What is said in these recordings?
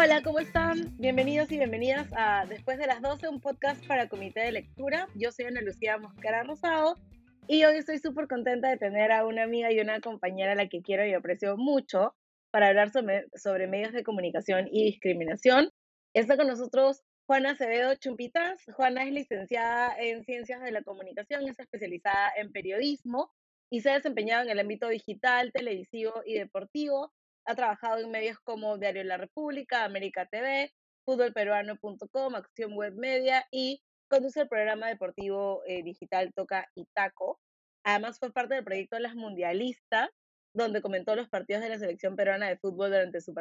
Hola, ¿cómo están? Bienvenidos y bienvenidas a Después de las 12, un podcast para comité de lectura. Yo soy Ana Lucía Mosquera Rosado y hoy estoy súper contenta de tener a una amiga y una compañera a la que quiero y aprecio mucho para hablar sobre medios de comunicación y discriminación. Está con nosotros Juana Acevedo Chumpitas. Juana es licenciada en Ciencias de la Comunicación, es especializada en periodismo y se ha desempeñado en el ámbito digital, televisivo y deportivo. Ha trabajado en medios como Diario La República, América TV, fútbolperuano.com, Acción Web Media y conduce el programa deportivo digital Toca y Taco. Además fue parte del proyecto Las Mundialistas, donde comentó los partidos de la selección peruana de fútbol durante su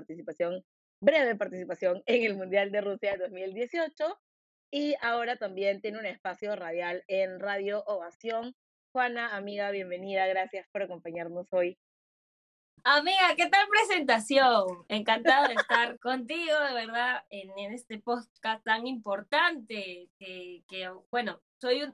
breve participación en el Mundial de Rusia de 2018. Y ahora también tiene un espacio radial en Radio Ovación. Juana, amiga, bienvenida. Gracias por acompañarnos hoy. Amiga, ¿qué tal presentación? Encantada de estar contigo, de verdad, en este podcast tan importante bueno, soy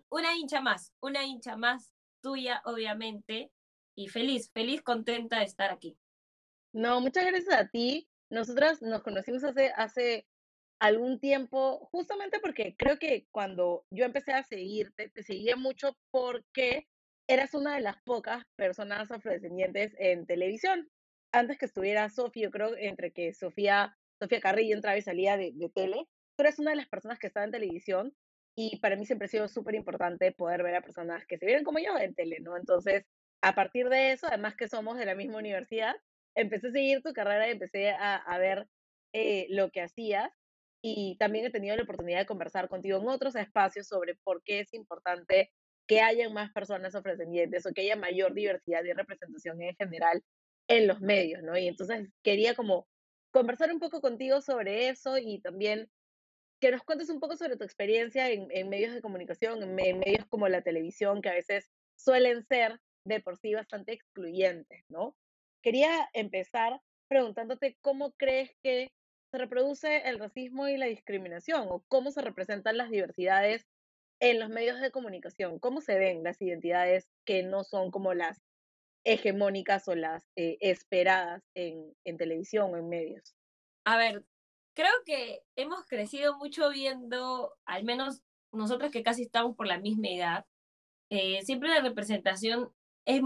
una hincha más tuya, obviamente, y feliz, contenta de estar aquí. No, muchas gracias a ti. Nosotras nos conocimos hace algún tiempo, justamente porque creo que cuando yo empecé a seguirte, te seguía mucho porque eras una de las pocas personas afrodescendientes en televisión. Antes que estuviera Sofía, yo creo, entre que Sofía Carrillo entraba y salía de tele, tú eres una de las personas que estaba en televisión y para mí siempre ha sido súper importante poder ver a personas que se vieron como yo en tele, ¿no? Entonces, a partir de eso, además que somos de la misma universidad, empecé a seguir tu carrera y empecé a ver lo que hacías y también he tenido la oportunidad de conversar contigo en otros espacios sobre por qué es importante que haya más personas afrodescendientes o que haya mayor diversidad y representación en general en los medios, ¿no? Y entonces quería como conversar un poco contigo sobre eso y también que nos cuentes un poco sobre tu experiencia en medios de comunicación, en medios como la televisión, que a veces suelen ser de por sí bastante excluyentes, ¿no? Quería empezar preguntándote cómo crees que se reproduce el racismo y la discriminación o cómo se representan las diversidades en los medios de comunicación, cómo se ven las identidades que no son como las hegemónicas o las esperadas en televisión o en medios. A ver, creo que hemos crecido mucho viendo, al menos nosotras que casi estamos por la misma edad, siempre la representación es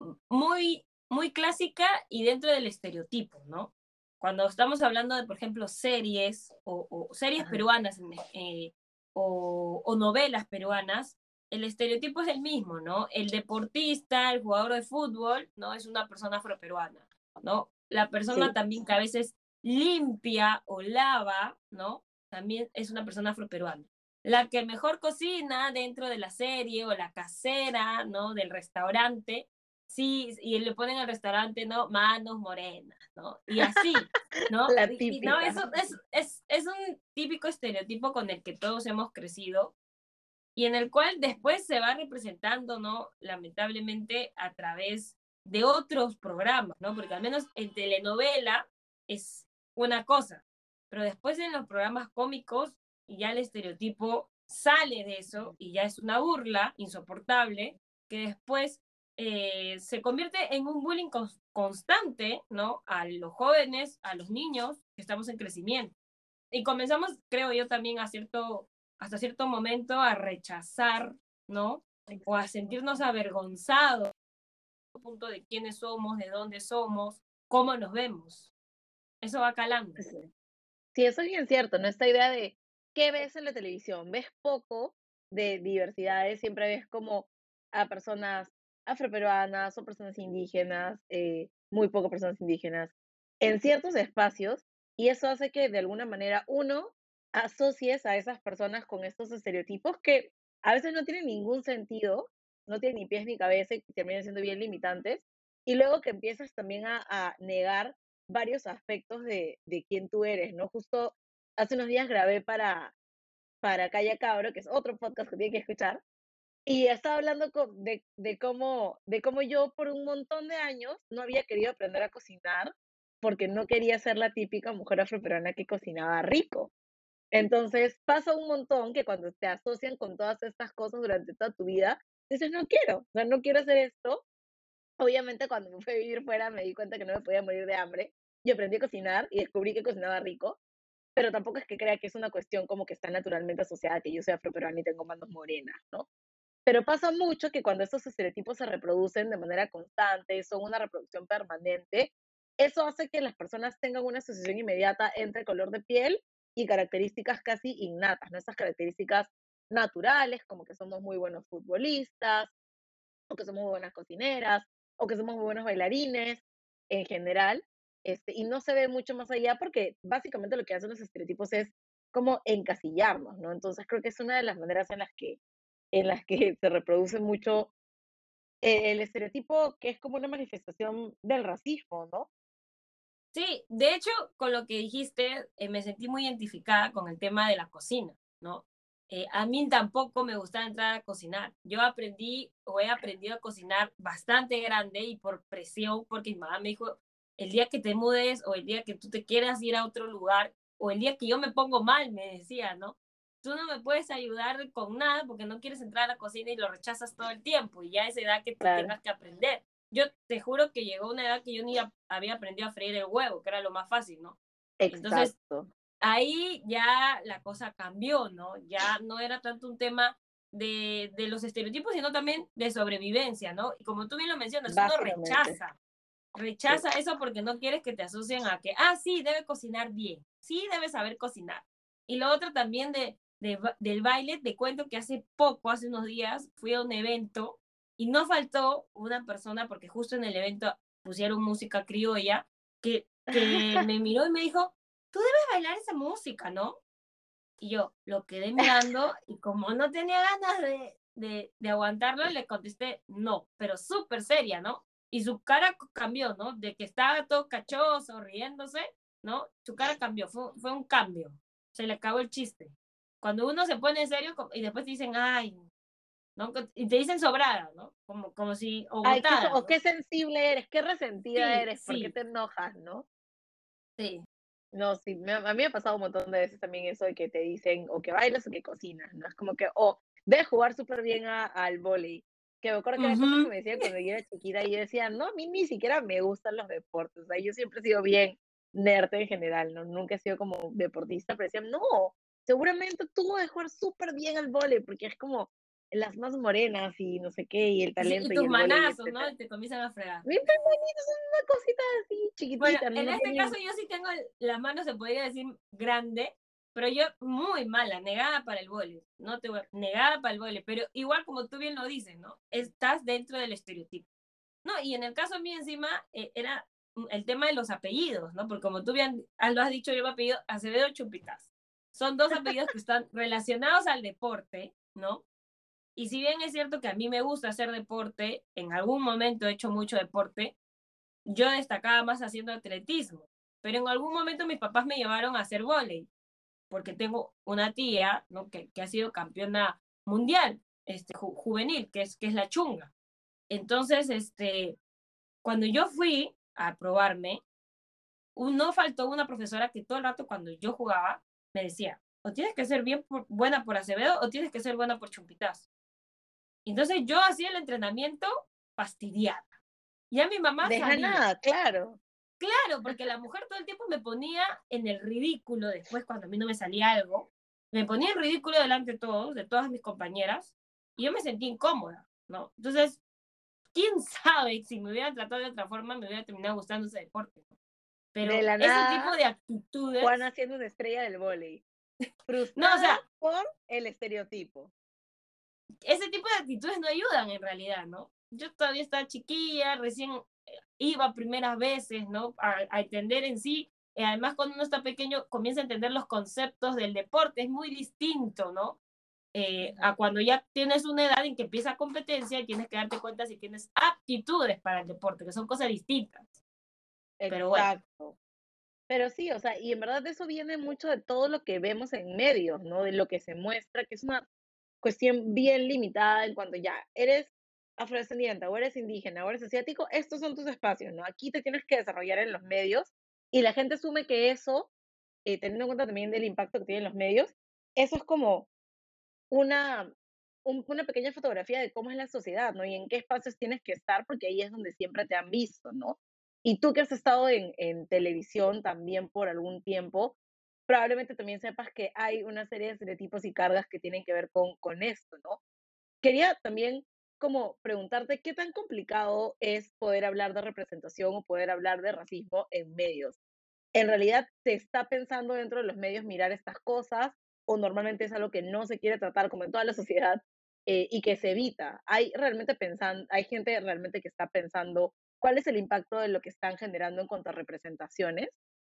muy clásica y dentro del estereotipo, ¿no? Cuando estamos hablando de, por ejemplo, series o series Ajá. peruanas o novelas peruanas, el estereotipo es el mismo, ¿no? El deportista, el jugador de fútbol, ¿no? Es una persona afroperuana, ¿no? La persona Sí. también que a veces limpia o lava, ¿no? También es una persona afroperuana. La que mejor cocina dentro de la serie o la casera, ¿no? Del restaurante, sí, y le ponen al restaurante, ¿no? Manos morenas, ¿no? Y así, ¿no? La No, típica. eso es un típico estereotipo con el que todos hemos crecido y en el cual después se va representando, ¿no? Lamentablemente a través de otros programas, ¿no? Porque al menos en telenovela es una cosa, pero después en los programas cómicos ya el estereotipo sale de eso y ya es una burla insoportable que después se convierte en un bullying constante, ¿no? A los jóvenes, a los niños que estamos en crecimiento. Y comenzamos, creo yo, también hasta cierto momento a rechazar, ¿no? O a Exacto. sentirnos avergonzados, punto de quiénes somos, de dónde somos, cómo nos vemos. Eso va calando. Sí. Sí, eso es bien cierto, ¿no? Esta idea de qué ves en la televisión, ves poco de diversidades, siempre ves como a personas afroperuanas o personas indígenas, muy pocas personas indígenas, en ciertos espacios, y eso hace que de alguna manera uno asocies a esas personas con estos estereotipos que a veces no tienen ningún sentido, no tienen ni pies ni cabeza y terminan siendo bien limitantes, y luego que empiezas también a negar varios aspectos de quién tú eres, ¿no? Justo hace unos días grabé para Calla Cabro, que es otro podcast que tienen que escuchar, y estaba hablando de cómo yo por un montón de años no había querido aprender a cocinar porque no quería ser la típica mujer afroperuana que cocinaba rico. Entonces pasa un montón que cuando te asocian con todas estas cosas durante toda tu vida, dices, no quiero, o sea, no quiero hacer esto. Obviamente, cuando me fui a vivir fuera, me di cuenta que no me podía morir de hambre. Yo aprendí a cocinar y descubrí que cocinaba rico. pero tampoco es que crea que es una cuestión como que está naturalmente asociada, que yo soy afroperuana y tengo manos morenas, ¿no? Pero pasa mucho que cuando estos estereotipos se reproducen de manera constante, son una reproducción permanente, eso hace que las personas tengan una asociación inmediata entre color de piel y características casi innatas, ¿no? Esas características naturales, como que somos muy buenos futbolistas, o que somos muy buenas cocineras, o que somos muy buenos bailarines en general, y no se ve mucho más allá porque básicamente lo que hacen los estereotipos es como encasillarnos, ¿no? Entonces creo que es una de las maneras en las que se reproduce mucho el estereotipo que es como una manifestación del racismo, ¿no? Sí, de hecho, con lo que dijiste, me sentí muy identificada con el tema de la cocina, ¿no? A mí tampoco me gustaba entrar a cocinar. Yo aprendí o he aprendido a cocinar bastante grande y por presión, porque mi mamá me dijo, el día que te mudes o el día que tú te quieras ir a otro lugar o el día que yo me pongo mal, me decía, ¿no? Tú no me puedes ayudar con nada porque no quieres entrar a la cocina y lo rechazas todo el tiempo y ya es edad que tú Claro, tengas que aprender. Yo te juro que llegó una edad que yo ni había aprendido a freír el huevo, que era lo más fácil, ¿no? Entonces, exacto, ahí ya la cosa cambió, ¿no? Ya no era tanto un tema de los estereotipos, sino también de sobrevivencia, ¿no? Y como tú bien lo mencionas, uno básicamente, sí, rechaza eso porque no quieres que te asocien a que, ah, sí, debe cocinar bien, sí, debe saber cocinar. Y lo otro también del baile, te cuento que hace poco, hace unos días, fui a un evento y no faltó una persona, porque justo en el evento pusieron música criolla, que me miró y me dijo, tú debes bailar esa música, ¿no? Y yo lo quedé mirando y como no tenía ganas de aguantarlo, le contesté no, pero súper seria, ¿no? Y su cara cambió, ¿no? De que estaba todo cachoso, riéndose, ¿no? Su cara cambió, fue un cambio. Se le acabó el chiste. Cuando uno se pone en serio y después te dicen, ay, ¿no? Y te dicen sobrada, ¿no? Como si, o ay, botada, o ¿no? qué sensible eres, qué resentida Sí, eres, ¿por qué sí, te enojas, no? sí. No, sí, a mí me ha pasado un montón de veces también eso de que te dicen o que bailas o que cocinas, ¿no? Es como que, o de jugar súper bien al vóley, que me acuerdo que eran cosas que Ujú. me decían cuando yo era chiquita y yo decía, no, a mí ni siquiera me gustan los deportes, o sea, yo siempre he sido bien nerd en general, ¿no? Nunca he sido como deportista, pero decían, no, seguramente tú vas a jugar súper bien al vóley, porque es como las más morenas y no sé qué, y el Sí, y talento y tus el vóley, manazos, ¿no? etcétera. Y te comienzan a fregar. Mis hermanitos son una cosita así Bueno, chiquitita, en no este tienen. caso yo sí tengo la mano, se podría decir, grande, pero yo muy mala, negada para el vóley, no te voy, negada para el vóley, pero igual como tú bien lo dices, ¿no? Estás dentro del estereotipo. No, y en el caso mío encima era el tema de los apellidos, ¿no? Porque como tú bien lo has dicho, yo me apellido Acevedo Chupitas. Son dos apellidos que están relacionados al deporte, ¿no? Y si bien es cierto que a mí me gusta hacer deporte, en algún momento he hecho mucho deporte, yo destacaba más haciendo atletismo, pero en algún momento mis papás me llevaron a hacer vóley, porque tengo una tía, ¿no? que ha sido campeona mundial, juvenil, que es la chunga. Entonces, cuando yo fui a probarme, no faltó una profesora que todo el rato cuando yo jugaba me decía, o tienes que ser buena por Acevedo o tienes que ser buena por Chumpitas. Entonces yo hacía el entrenamiento fastidiada. Ya mi mamá Deja sabía. nada, claro. Claro, porque la mujer todo el tiempo me ponía en el ridículo después cuando a mí no me salía algo. Me ponía en ridículo delante de todos, de todas mis compañeras, y yo me sentía incómoda, ¿no? Entonces, quién sabe si me hubieran tratado de otra forma, me hubiera terminado gustando ese deporte, ¿no? De Pero la ese tipo nada, de Juana actitudes, siendo una estrella del vóley, no, o frustrada sea, por el estereotipo. ese tipo de actitudes no ayudan en realidad, ¿no? Yo todavía estaba chiquilla, recién iba primeras veces, ¿no? A entender en sí. Además, cuando uno está pequeño, comienza a entender los conceptos del deporte, es muy distinto, ¿no? A cuando ya tienes una edad en que empieza competencia y tienes que darte cuenta si tienes aptitudes para el deporte, que son cosas distintas. Pero bueno, Exacto. Pero sí, o sea, y en verdad eso viene mucho de todo lo que vemos en medios, ¿no? De lo que se muestra, que es una cuestión bien limitada en cuanto ya eres afrodescendiente, o eres indígena, o eres asiático, estos son tus espacios, ¿no? Aquí te tienes que desarrollar en los medios y la gente asume que eso, teniendo en cuenta también del impacto que tienen los medios, eso es como una, una pequeña fotografía de cómo es la sociedad, ¿no? Y en qué espacios tienes que estar, porque ahí es donde siempre te han visto, ¿no? Y tú que has estado en televisión también por algún tiempo, probablemente también sepas que hay una serie de estereotipos y cargas que tienen que ver con esto, ¿no? Quería también como preguntarte qué tan complicado es poder hablar de representación o poder hablar de racismo en medios. ¿En realidad se está pensando dentro de los medios mirar estas cosas o normalmente es algo que no se quiere tratar como en toda la sociedad y que se evita? Hay gente realmente que está pensando cuál es el impacto de lo que están generando en cuanto a representaciones?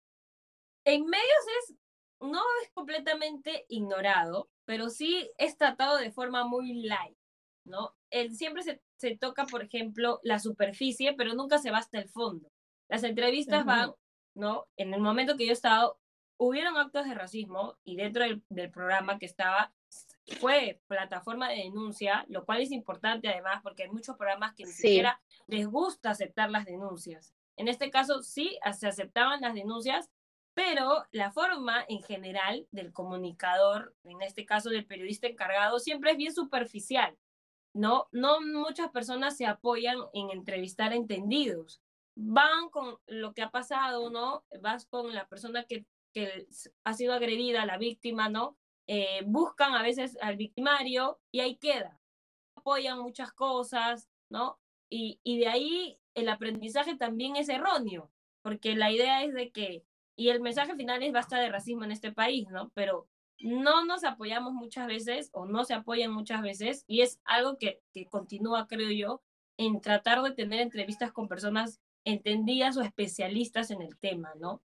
En medios no es completamente ignorado, pero sí es tratado de forma muy light, ¿no? Siempre se toca, por ejemplo, la superficie, pero nunca se va hasta el fondo. Las entrevistas van, Ujú, ¿no? En el momento que yo he estado, hubieron actos de racismo y dentro del programa que estaba, fue plataforma de denuncia, lo cual es importante además porque hay muchos programas que ni sí, siquiera les gusta aceptar las denuncias. En este caso sí se aceptaban las denuncias, pero la forma en general del comunicador, en este caso del periodista encargado, siempre es bien superficial, ¿no? No muchas personas se apoyan en entrevistar a entendidos. Van con lo que ha pasado, ¿no? Vas con la persona que ha sido agredida, la víctima, ¿no? Buscan a veces al victimario y ahí queda. Apoyan muchas cosas, ¿no? Y de ahí el aprendizaje también es erróneo, porque la idea es de que, y el mensaje final es basta de racismo en este país, ¿no? Pero no nos apoyamos muchas veces o no se apoyan muchas veces y es algo que continúa, creo yo, en tratar de tener entrevistas con personas entendidas o especialistas en el tema, ¿no?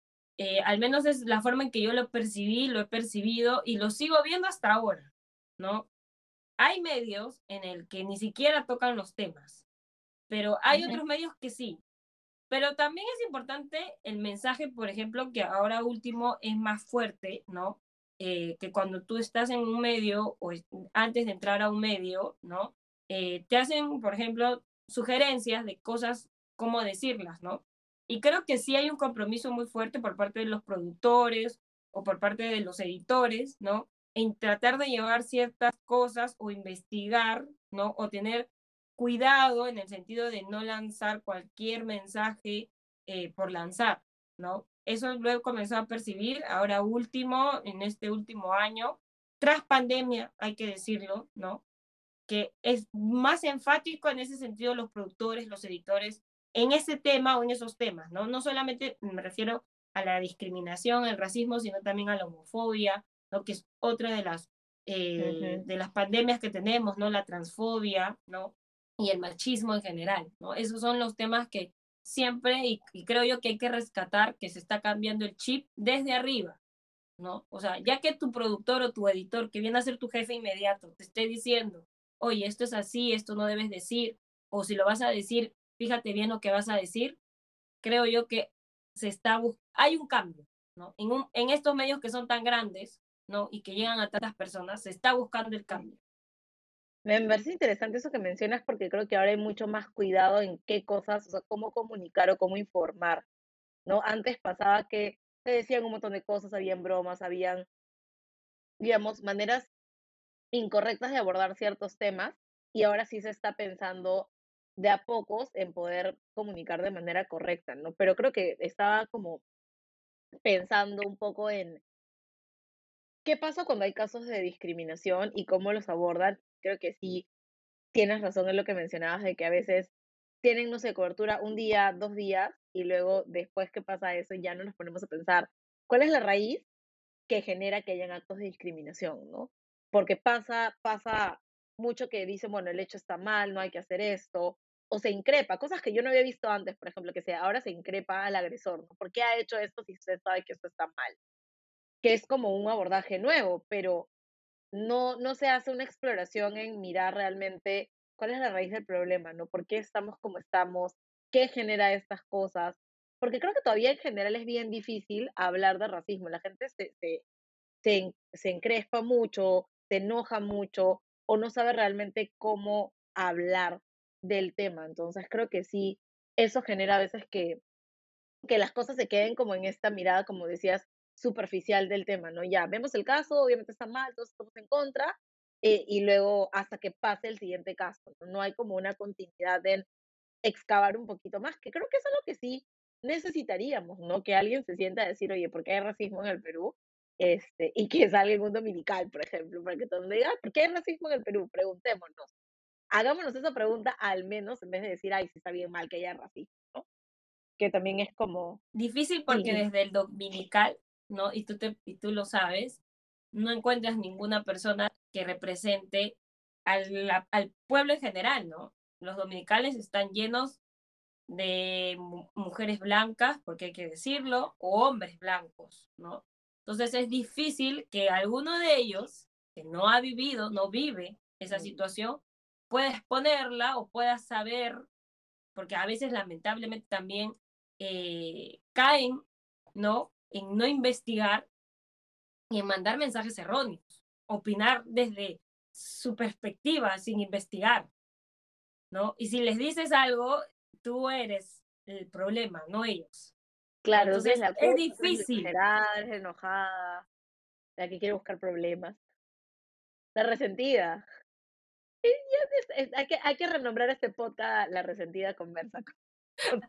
Al menos es la forma en que yo lo percibí, lo he percibido y lo sigo viendo hasta ahora, ¿no? Hay medios en el que ni siquiera tocan los temas, pero hay ujú, otros medios que sí. Pero también es importante el mensaje, por ejemplo, que ahora último es más fuerte, ¿no? Que cuando tú estás en un medio o antes de entrar a un medio, ¿no? Te hacen, por ejemplo, sugerencias de cosas, cómo decirlas, ¿no? Y creo que sí hay un compromiso muy fuerte por parte de los productores o por parte de los editores, ¿no? En tratar de llevar ciertas cosas o investigar, ¿no? O tener cuidado en el sentido de no lanzar cualquier mensaje por lanzar, ¿no? Eso lo he comenzado a percibir ahora último, en este último año, tras pandemia, hay que decirlo, ¿no? Que es más enfático en ese sentido los productores, los editores, en ese tema o en esos temas, ¿no? No solamente me refiero a la discriminación, el racismo, sino también a la homofobia, ¿no? Que es otra ujú. de las pandemias que tenemos, ¿no? La transfobia, ¿no? Y el machismo en general, ¿no? Esos son los temas que siempre, y creo yo que hay que rescatar, que se está cambiando el chip desde arriba, ¿no? O sea, ya que tu productor o tu editor, que viene a ser tu jefe inmediato, te esté diciendo, oye, esto es así, esto no debes decir, o si lo vas a decir, fíjate bien lo que vas a decir, creo yo que hay un cambio, ¿no? En estos medios que son tan grandes, ¿no? Y que llegan a tantas personas, se está buscando el cambio. Me parece interesante eso que mencionas porque creo que ahora hay mucho más cuidado en qué cosas, o sea, cómo comunicar o cómo informar, ¿no? Antes pasaba que se decían un montón de cosas, habían bromas, habían, digamos, maneras incorrectas de abordar ciertos temas y ahora sí se está pensando de a pocos en poder comunicar de manera correcta, ¿no? Pero creo que estaba como pensando un poco en qué pasa cuando hay casos de discriminación y cómo los abordan. Creo que sí tienes razón en lo que mencionabas de que a veces tienen, no sé, cobertura un día, 2 días, y luego después que pasa eso ya no nos ponemos a pensar cuál es la raíz que genera que hayan actos de discriminación, ¿no? Porque pasa mucho que dicen, bueno, el hecho está mal, no hay que hacer esto, o se increpa, cosas que yo no había visto antes, por ejemplo, que sea ahora se increpa al agresor, ¿no? ¿Por qué ha hecho esto si usted sabe que esto está mal? Que es como un abordaje nuevo, pero no se hace una exploración en mirar realmente cuál es la raíz del problema, ¿no? ¿Por qué estamos como estamos? ¿Qué genera estas cosas? Porque creo que todavía en general es bien difícil hablar de racismo. La gente se encrespa mucho, se enoja mucho o no sabe realmente cómo hablar del tema. Entonces creo que sí, eso genera a veces que las cosas se queden como en esta mirada, como decías, superficial del tema, ¿no? Ya, vemos el caso, obviamente está mal, todos estamos en contra, y luego hasta que pase el siguiente caso, ¿no? No hay como una continuidad en excavar un poquito más, que creo que es algo que sí necesitaríamos, ¿no? Que alguien se sienta a decir, oye, ¿por qué hay racismo en el Perú? y que salga en un dominical, por ejemplo, para que todo el mundo diga: "Ah, ¿por qué hay racismo en el Perú?". Preguntémonos. Hagámonos esa pregunta al menos en vez de decir: "Ay, sí está bien mal que haya racismo", ¿no? Que también es como Difícil porque sí, desde el dominical, ¿no? Y tú lo sabes, no encuentras ninguna persona que represente al pueblo en general, ¿no? Los dominicales están llenos de mujeres blancas, porque hay que decirlo, o hombres blancos, ¿no? Entonces es difícil que alguno de ellos, que no ha vivido, no vive esa mm, situación, pueda exponerla o pueda saber, porque a veces lamentablemente también caen, ¿no? En no investigar y en mandar mensajes erróneos, opinar desde su perspectiva sin investigar, ¿no? Y si les dices algo, tú eres el problema, no ellos, ¿no? claro, tú tienes Entonces la es culpa, tú eres la difícil. exagerada, eres enojada, la que quiere buscar problemas, la resentida. Sí, ya hay que renombrar este podcast La Resentida Conversa con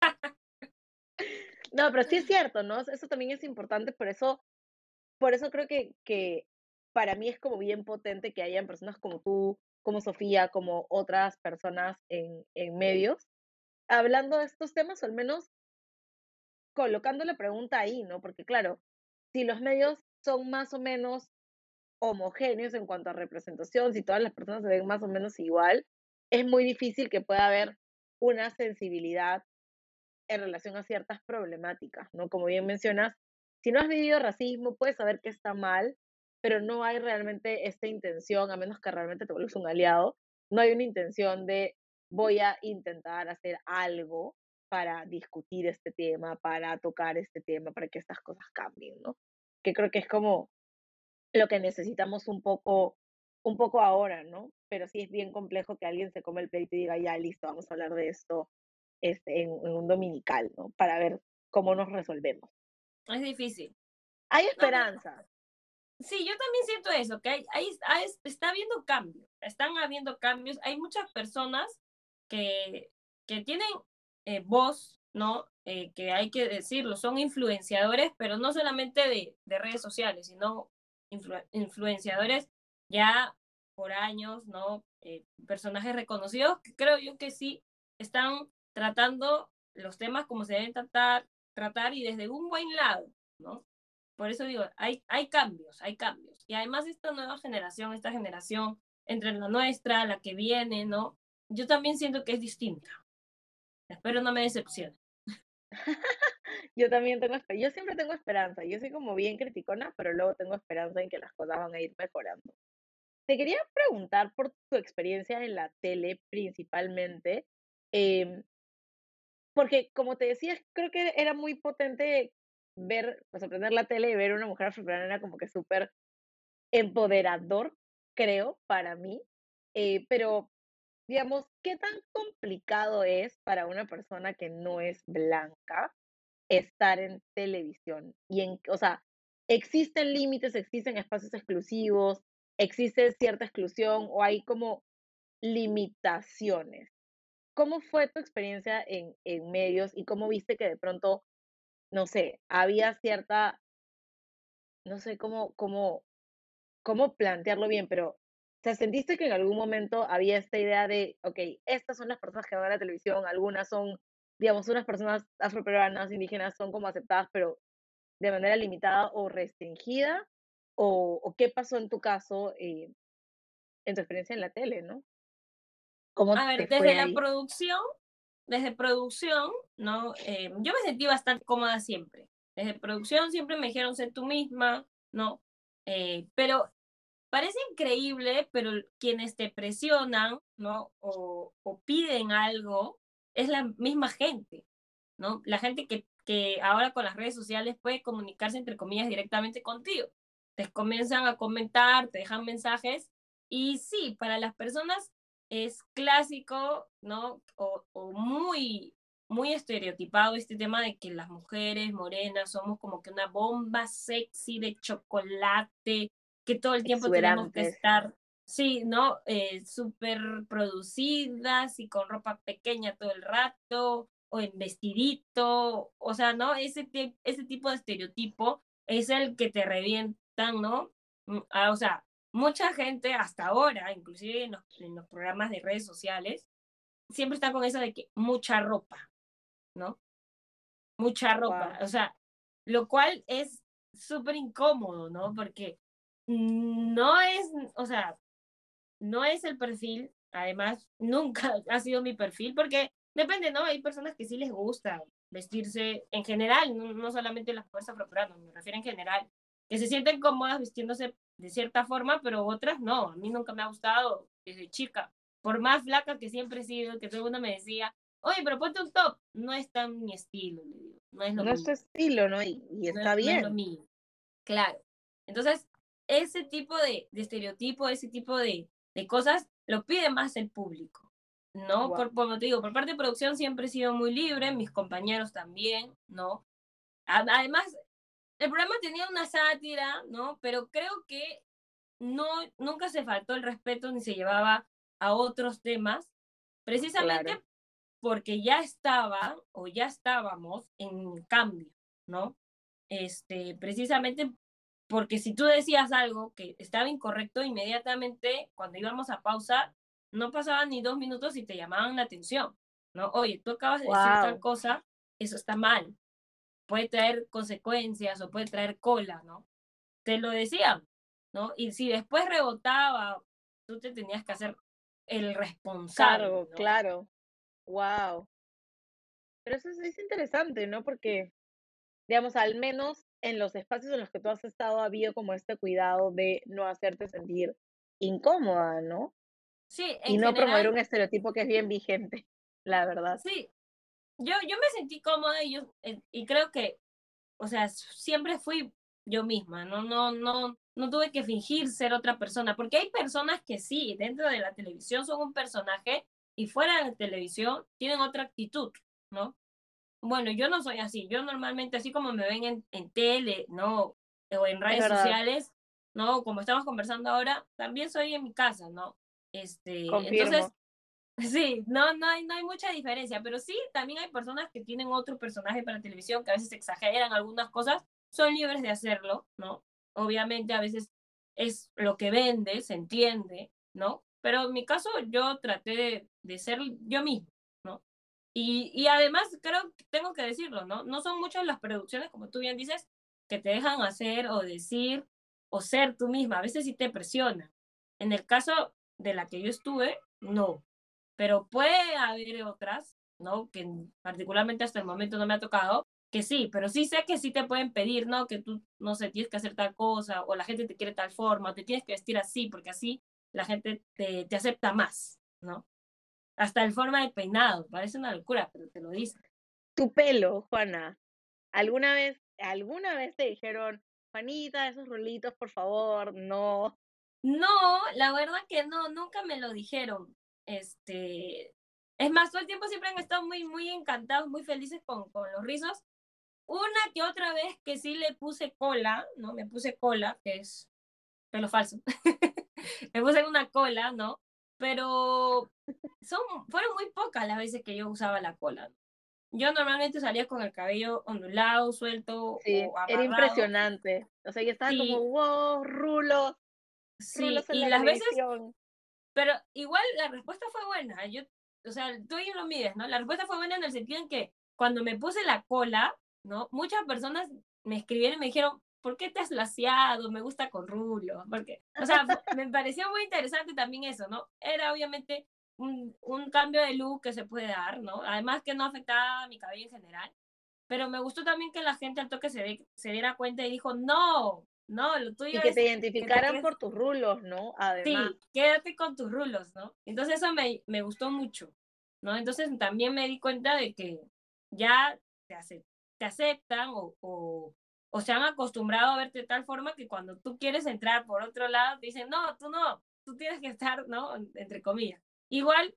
no, pero sí es cierto, ¿no? Eso también es importante, por eso creo que para mí es como bien potente que hayan personas como tú, como Sofía, como otras personas en medios, hablando de estos temas, o al menos colocando la pregunta ahí, ¿no? Porque claro, si los medios son más o menos homogéneos en cuanto a representación, si todas las personas se ven más o menos igual, es muy difícil que pueda haber una sensibilidad en relación a ciertas problemáticas, ¿no? Como bien mencionas, si no has vivido racismo, puedes saber que está mal, pero no hay realmente esta intención, a menos que realmente te vuelvas un aliado, no hay una intención de voy a intentar hacer algo para discutir este tema, para tocar este tema, para que estas cosas cambien, ¿no? Que creo que es como lo que necesitamos un poco ahora, ¿no? Pero sí es bien complejo que alguien se come el pleito y diga, ya, listo, vamos a hablar de esto en un dominical, ¿no? Para ver cómo nos resolvemos. Es difícil. Hay No, pero esperanza. sí, yo también siento eso, que está habiendo cambios, están habiendo cambios. Hay muchas personas que, que tienen voz, ¿no? Que hay que decirlo, son influenciadores, pero no solamente de redes sociales, sino influenciadores ya por años, ¿no? Personajes reconocidos que creo yo que sí están tratando los temas como se deben tratar y desde un buen lado, ¿no? Por eso digo, hay cambios, hay cambios. Y además esta nueva generación, esta generación entre la nuestra, la que viene, ¿no? Yo también siento que es distinta. Espero no me decepcione. Yo también yo siempre tengo esperanza. Yo soy como bien criticona, pero luego tengo esperanza en que las cosas van a ir mejorando. Te quería preguntar por tu experiencia en la tele principalmente, em, porque como te decía, creo que era muy potente ver, o sea, prender la tele y ver una mujer afroperuana era como que súper empoderador, creo, para mí. Pero, digamos, ¿qué tan complicado es para una persona que no es blanca estar en televisión? O sea, ¿existen límites, existen espacios exclusivos, existe cierta exclusión o hay como limitaciones? ¿Cómo fue tu experiencia en medios y cómo viste que de pronto, no sé, había cierta, no sé cómo plantearlo bien, pero, o sea, ¿sentiste que en algún momento había esta idea de, okey, estas son las personas que van a la televisión, algunas son, digamos, unas personas afroperuanas, indígenas, son como aceptadas, pero de manera limitada o restringida? ¿O qué pasó en tu caso, en tu experiencia en la tele, no? ¿Cómo A ver, te fue ahí? desde producción, ¿no? Yo me sentí bastante cómoda siempre. Desde producción siempre me dijeron ser tú misma, ¿no? Pero parece increíble, pero quienes te presionan, ¿no? O piden algo, es la misma gente, ¿no? La gente que ahora con las redes sociales puede comunicarse, entre comillas, directamente contigo. Te comienzan a comentar, te dejan mensajes, y sí, para las personas es clásico, ¿no? O muy, muy estereotipado este tema de que las mujeres morenas somos como que una bomba sexy de chocolate, que todo el tiempo tenemos que Exuberantes. estar, sí, ¿no? Súper producidas y con ropa pequeña todo el rato, o en vestidito, o sea, ¿no? Ese tipo de estereotipo es el que te revientan, ¿no? O sea, mucha gente hasta ahora, inclusive en los programas de redes sociales, siempre está con eso de que mucha ropa, ¿no? Mucha ropa, Wow, o sea, lo cual es súper incómodo, ¿no? Porque no es, o sea, no es el perfil, además, nunca ha sido mi perfil, porque depende, ¿no? Hay personas que sí les gusta vestirse en general, no solamente las mujeres afroperuanas, me refiero en general, que se sienten cómodas vistiéndose de cierta forma, pero otras no. A mí nunca me ha gustado desde chica, por más flaca que siempre he sido, que todo el mundo me decía, oye, pero ponte un top, no es tan mi estilo, le digo, no es lo no es tu mío, estilo, ¿no? Y está no es lo bien. mío. Claro. Entonces, ese tipo de estereotipo, ese tipo de cosas, lo pide más el público, ¿no? Wow, Como te digo, por parte de producción siempre he sido muy libre, mis compañeros también, ¿no? Además, el programa tenía una sátira, ¿no? Pero creo que no, nunca se faltó el respeto ni se llevaba a otros temas, precisamente claro. porque ya estaba o ya estábamos en cambio, ¿no? Precisamente porque si tú decías algo que estaba incorrecto, inmediatamente cuando íbamos a pausa, no pasaban ni 2 minutos y te llamaban la atención, ¿no? Oye, tú acabas de decir tal Wow. cosa, eso está mal, puede traer consecuencias o puede traer cola, ¿no? Te lo decían, ¿no? Y si después rebotaba, tú te tenías que hacer el responsable, Cargo, ¿no? claro. Wow. Pero eso es interesante, ¿no? Porque, digamos, al menos en los espacios en los que tú has estado ha habido como este cuidado de no hacerte sentir incómoda, ¿no? Sí, Y en no promover general, un estereotipo que es bien vigente, la verdad. sí, yo me sentí cómoda y creo que, o sea, siempre fui yo misma, no tuve que fingir ser otra persona, porque hay personas que sí, dentro de la televisión son un personaje y fuera de la televisión tienen otra actitud, ¿no? Bueno, yo no soy así, yo normalmente, así como me ven en tele, ¿no? O en Es redes verdad, sociales, ¿no? Como estamos conversando ahora, también soy en mi casa, ¿no? confirmo. Entonces, sí, no hay mucha diferencia, pero sí, también hay personas que tienen otro personaje para televisión que a veces exageran algunas cosas, son libres de hacerlo, ¿no? Obviamente a veces es lo que vende, se entiende, ¿no? Pero en mi caso yo traté de ser yo mismo, ¿no? Y además creo que tengo que decirlo, ¿no? No son muchas las producciones, como tú bien dices, que te dejan hacer o decir o ser tú misma, a veces sí te presionan. En el caso de la que yo estuve, no, pero puede haber otras, ¿no? Que particularmente hasta el momento no me ha tocado, que sí, pero sí sé que sí te pueden pedir, ¿no? Que tú, no sé, tienes que hacer tal cosa, o la gente te quiere tal forma, o te tienes que vestir así, porque así la gente te acepta más, ¿no? Hasta el forma de peinado, parece una locura, pero te lo dicen. Tu pelo, Juana, ¿alguna vez te dijeron, Juanita, esos rulitos, por favor, no? No, la verdad que no, nunca me lo dijeron. Es más, todo el tiempo siempre han estado muy, muy encantados, muy felices con los rizos. Una que otra vez que sí le puse cola, ¿no? Me puse cola, que es pelo falso. Me puse una cola, ¿no? Pero fueron muy pocas las veces que yo usaba la cola. Yo normalmente salía con el cabello ondulado, suelto Sí, o era amarrado. impresionante. O sea, yo estaba como, Sí, wow, rulos, sí. rulos en Y la las veces, televisión. pero igual la respuesta fue buena. O sea, tú y lo mides, ¿no? La respuesta fue buena en el sentido en que cuando me puse la cola, ¿no? Muchas personas me escribieron y me dijeron, ¿por qué te has laseado? Me gusta con rulos. Porque, o sea, me pareció muy interesante también eso, ¿no? Era obviamente un cambio de look que se puede dar, ¿no? Además que no afectaba a mi cabello en general. Pero me gustó también que la gente al toque se diera cuenta y dijo, no, no, lo tuyo Y que te es que te identificaran quedes, por tus rulos, ¿no? Además, sí, quédate con tus rulos, ¿no? Entonces eso me gustó mucho, ¿no? Entonces también me di cuenta de que ya te aceptan o se han acostumbrado a verte de tal forma que cuando tú quieres entrar por otro lado, te dicen, no, tú tienes que estar, ¿no? Entre comillas. Igual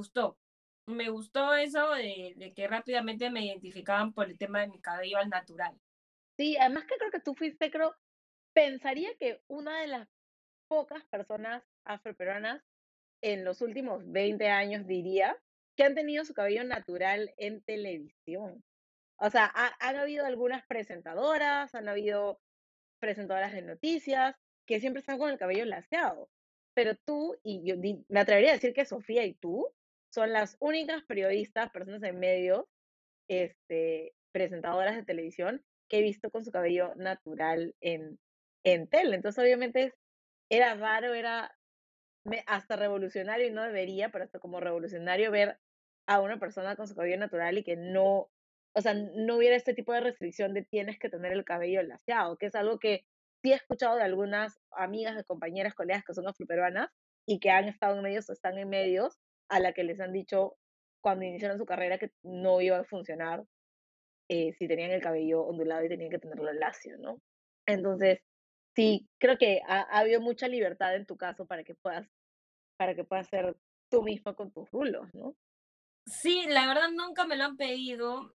me gustó eso de que rápidamente me identificaban por el tema de mi cabello al natural. sí, además que creo que tú fuiste, pensaría que una de las pocas personas afroperuanas en los últimos 20 años, diría, que han tenido su cabello natural en televisión. O sea, han habido algunas presentadoras, han habido presentadoras de noticias, que siempre están con el cabello laseado. Pero tú y yo me atrevería a decir que Sofía y tú son las únicas periodistas, personas en medios, presentadoras de televisión que he visto con su cabello natural en tele. Entonces, obviamente, era raro, era hasta revolucionario, y no debería, pero hasta como revolucionario ver a una persona con su cabello natural y que no, o sea, no hubiera este tipo de restricción de tienes que tener el cabello laseado, que es algo que sí he escuchado de algunas amigas, de compañeras, colegas que son afroperuanas y que han estado en medios o están en medios, a la que les han dicho cuando iniciaron su carrera que no iba a funcionar si tenían el cabello ondulado y tenían que tenerlo lacio, ¿no? Entonces, sí, creo que ha habido mucha libertad en tu caso para que puedas ser tú mismo con tus rulos, ¿no? Sí, la verdad nunca me lo han pedido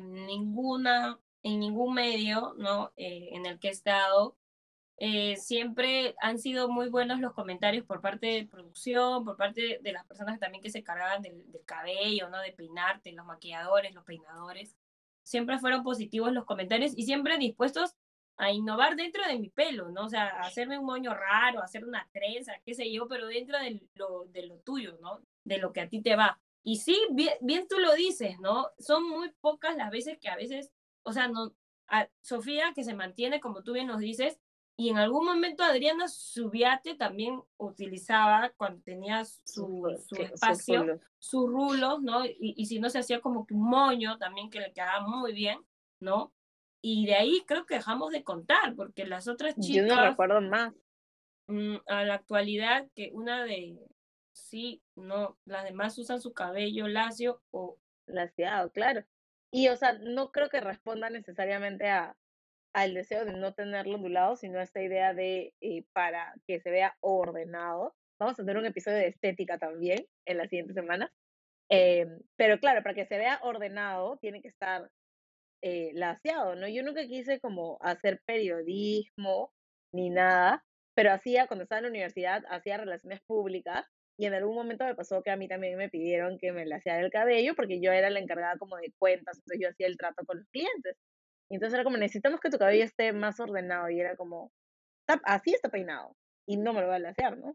en ningún medio, ¿no? En el que he estado. Siempre han sido muy buenos los comentarios por parte de producción, por parte de las personas también que se cargaban del cabello, ¿no? De peinarte, los maquilladores, los peinadores. Siempre fueron positivos los comentarios y siempre dispuestos a innovar dentro de mi pelo, ¿no? O sea, hacerme un moño raro, hacer una trenza, qué sé yo, pero dentro de lo tuyo, ¿no? De lo que a ti te va. Y sí, bien tú lo dices, ¿no? Son muy pocas las veces que a veces, o sea, no, Sofía, que se mantiene, como tú bien nos dices, y en algún momento Adriana Subiate también utilizaba, cuando tenía su Sus espacio, rulos. sus rulos, ¿no? Y si no se hacía como que un moño también que le quedaba muy bien, ¿no? Y de ahí creo que dejamos de contar, porque las otras Yo no chicas, recuerdo más a la actualidad, que una de, sí, no, las demás usan su cabello lacio o laseado, claro. Y, o sea, no creo que responda necesariamente al deseo de no tenerlo ondulado, sino a esta idea de para que se vea ordenado. Vamos a tener un episodio de estética también en la siguiente semana. Pero claro, para que se vea ordenado, tiene que estar laseado, ¿no? Yo nunca quise como hacer periodismo ni nada, pero hacía, cuando estaba en la universidad, hacía relaciones públicas y en algún momento me pasó que a mí también me pidieron que me laseara el cabello porque yo era la encargada como de cuentas, entonces yo hacía el trato con los clientes. Y entonces era como, necesitamos que tu cabello esté más ordenado y era como, así está peinado y no me lo va a lasear, ¿no?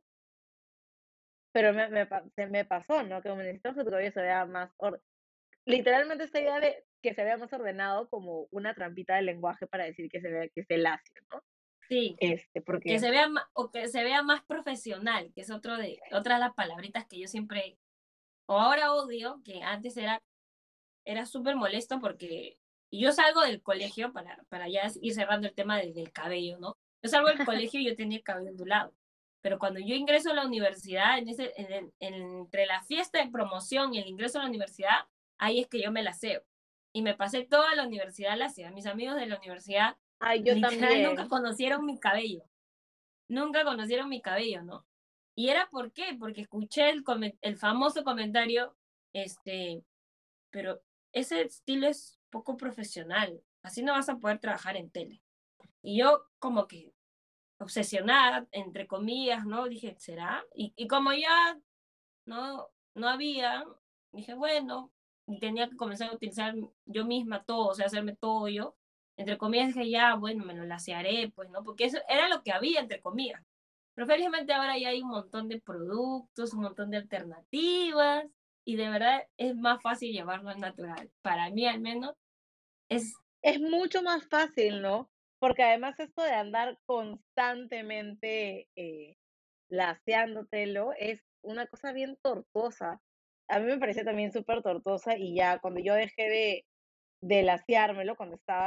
Pero se me pasó, ¿no? Que como necesitamos que tu cabello se vea más literalmente esta idea de que se vea más ordenado como una trampita de lenguaje para decir que se vea que esté lacio, ¿no? sí, que Porque se vea o que se vea más profesional, que es otra de las palabritas que yo siempre, o ahora odio, que antes era súper molesto porque yo salgo del colegio para ya ir cerrando el tema del cabello, ¿no? Yo salgo del colegio y yo tenía el cabello ondulado, pero cuando yo ingreso a la universidad, entre la fiesta de promoción y el ingreso a la universidad, ahí es que yo me laseo. Y me pasé toda la universidad laseada. Mis amigos de la universidad ay, yo literal nunca también. conocieron mi cabello, nunca conocieron mi cabello, ¿no? ¿Y era por qué? Porque escuché el famoso comentario, este, pero ese estilo es poco profesional, así no vas a poder trabajar en tele. Y yo como que obsesionada, entre comillas, ¿no? Dije, ¿será? Y como ya no había, dije, bueno, y tenía que comenzar a utilizar yo misma todo, o sea, hacerme todo yo. Entre comillas dije, ya, bueno, me lo lasearé, pues, ¿no? Porque eso era lo que había, entre comillas. Pero felizmente ahora ya hay un montón de productos, un montón de alternativas, y de verdad es más fácil llevarlo al natural. Para mí, al menos, es, Es mucho más fácil, ¿no? Porque además esto de andar constantemente laseándotelo es una cosa bien tortuosa. A mí me parecía también súper tortuosa y ya cuando yo dejé de laseármelo,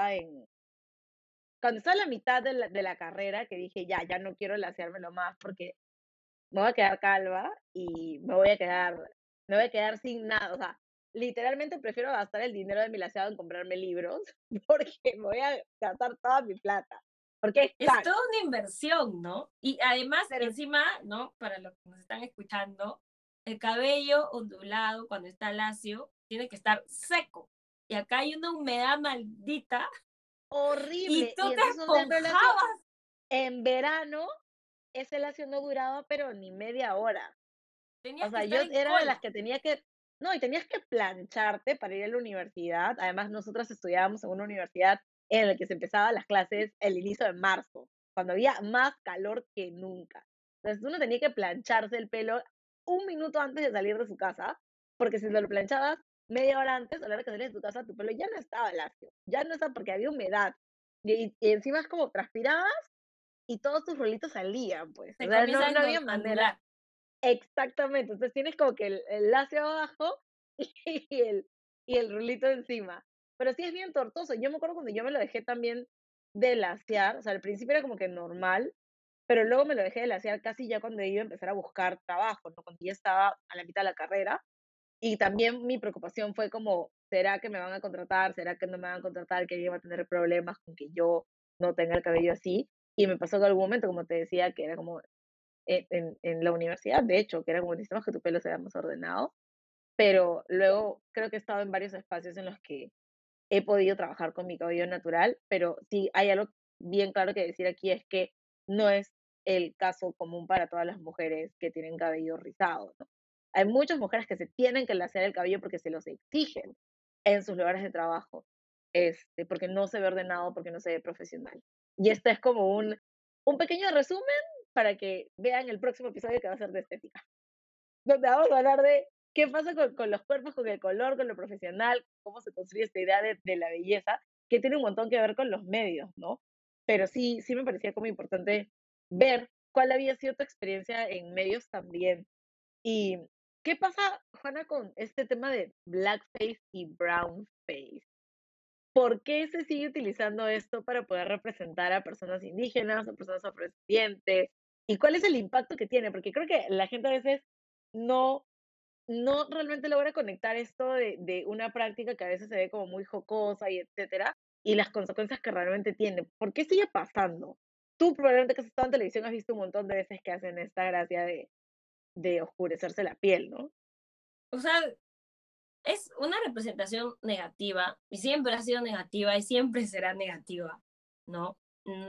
cuando estaba en la mitad de la carrera, que dije, ya no quiero laseármelo más porque me voy a quedar calva y me voy a quedar sin nada. O sea, literalmente prefiero gastar el dinero de mi laseado en comprarme libros porque me voy a gastar toda mi plata, porque es es caro. toda una inversión, ¿no? Y además, Pero encima, ¿no? Para los que nos están escuchando, el cabello ondulado cuando está lacio tiene que estar seco. Y acá hay una humedad maldita y horrible. tú Y te entonces, o sea, el pelo lacio esponjabas. en verano, ese lacio no duraba, pero ni media hora. O Tenías que sea, yo estar en era de las cola. que no, y tenías que plancharte para ir a la universidad. Además, nosotras estudiábamos en una universidad en el que se empezaban las clases el inicio de marzo, cuando había más calor que nunca. Entonces uno tenía que plancharse el pelo un minuto antes de salir de su casa, porque si lo planchabas media hora antes, a la hora que salías de tu casa, tu pelo ya no estaba lacio, ya no estaba porque había humedad. Y encima es como transpirabas y todos tus rolitos salían, pues. O Se sea, comienza no, a no había manera. anular. Exactamente. Entonces tienes como que el lacio abajo y el rulito encima. Pero sí es bien tortoso. Yo me acuerdo cuando yo me lo dejé también de lasear, o sea, al principio era como que normal, pero luego me lo dejé de lasear casi ya cuando iba a empezar a buscar trabajo, ¿no? Cuando ya estaba a la mitad de la carrera. Y también mi preocupación fue como, ¿será que me van a contratar? ¿Será que no me van a contratar? Que alguien va a tener problemas con que yo no tenga el cabello así. Y me pasó en algún momento, como te decía, que era como en la universidad, de hecho, que era como necesitamos que tu pelo sea más ordenado, pero luego creo que he estado en varios espacios en los que he podido trabajar con mi cabello natural, pero sí hay algo bien claro que decir aquí es que no es el caso común para todas las mujeres que tienen cabello rizado, ¿no? Hay muchas mujeres que se tienen que lasear el cabello porque se los exigen en sus lugares de trabajo, porque no se ve ordenado, porque no se ve profesional. Y este es como un pequeño resumen para que vean el próximo episodio que va a ser de estética, donde vamos a hablar de qué pasa con los cuerpos, con el color, con lo profesional, cómo se construye esta idea de la belleza, que tiene un montón que ver con los medios, ¿no? Pero sí, sí me parecía como importante ver cuál había sido tu experiencia en medios también. ¿Y qué pasa, Juana, con este tema de blackface y brownface? ¿Por qué se sigue utilizando esto para poder representar a personas indígenas, a personas afrodescendientes? ¿Y cuál es el impacto que tiene? Porque creo que la gente a veces no, no realmente logra conectar esto de una práctica que a veces se ve como muy jocosa y etcétera, y las consecuencias que realmente tiene. ¿Por qué sigue pasando? Tú probablemente que has estado en televisión has visto un montón de veces que hacen esta gracia de oscurecerse la piel, ¿no? O sea, es una representación negativa y siempre ha sido negativa y siempre será negativa, ¿no?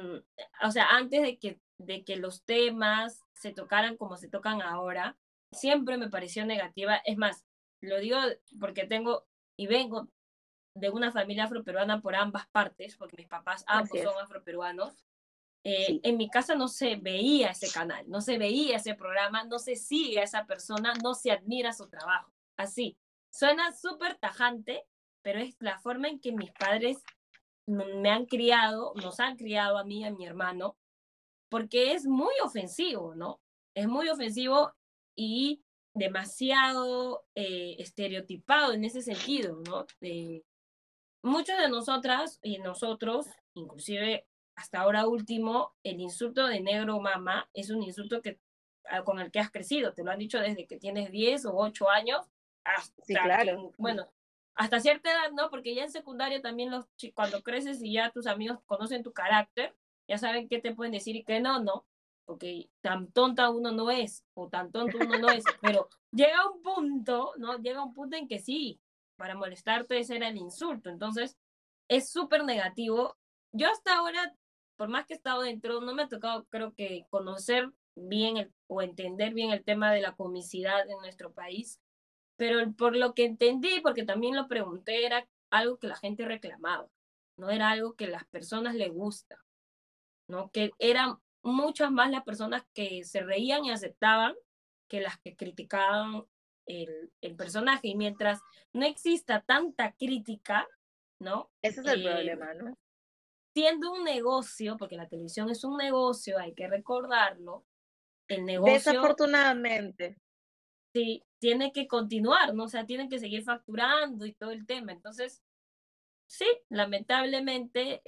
O sea, antes de que los temas se tocaran como se tocan ahora, siempre me pareció negativa. Es más, lo digo porque tengo y vengo de una familia afroperuana por ambas partes, porque mis papás Así ambos son es, afroperuanos. sí. En mi casa no se veía ese canal, no se veía ese programa, no se sigue a esa persona, no se admira su trabajo. Así, suena súper tajante, pero es la forma en que mis padres me han criado, nos han criado a mí y a mi hermano, porque es muy ofensivo, ¿no? Es muy ofensivo y demasiado estereotipado en ese sentido, ¿no? Muchos de nosotras y nosotros, inclusive hasta ahora último, el insulto de negro mama es un insulto con el que has crecido, te lo han dicho desde que tienes 10 o 8 años Sí, hasta que, claro. bueno, hasta cierta edad, ¿no? Porque ya en secundaria también cuando creces y ya tus amigos conocen tu carácter, ya saben qué te pueden decir y qué no, ¿no? Porque tan tonta uno no es, o tan tonto uno no es, pero llega un punto, ¿no? Llega un punto en que sí, para molestarte ese era el insulto. Entonces, es súper negativo. Yo hasta ahora, por más que he estado dentro, no me ha tocado, creo que, conocer bien o entender bien el tema de la comicidad en nuestro país, pero por lo que entendí, porque también lo pregunté, era algo que la gente reclamaba, no era algo que a las personas les gusta, ¿no? Que eran muchas más las personas que se reían y aceptaban que las que criticaban el personaje. Y mientras no exista tanta crítica, ¿no? Ese es el problema, ¿no? Siendo un negocio, porque la televisión es un negocio, hay que recordarlo, el negocio Desafortunadamente. sí tiene que continuar, ¿no? O sea, tienen que seguir facturando y todo el tema. Entonces, sí, lamentablemente,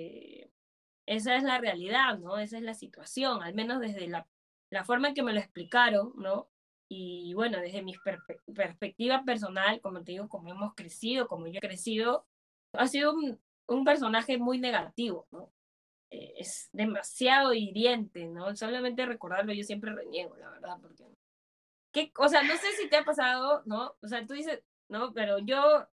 esa es la realidad, ¿no? Esa es la situación, al menos desde la forma en que me lo explicaron, ¿no? Y bueno, desde mi perspectiva personal, como te digo, como hemos crecido, como yo he crecido, ha sido un personaje muy negativo, ¿no? Es demasiado hiriente, ¿no? Solamente recordarlo yo siempre reniego, la verdad, porque... O sea, no sé si te ha pasado, ¿no? O sea, tú dices, no, pero yo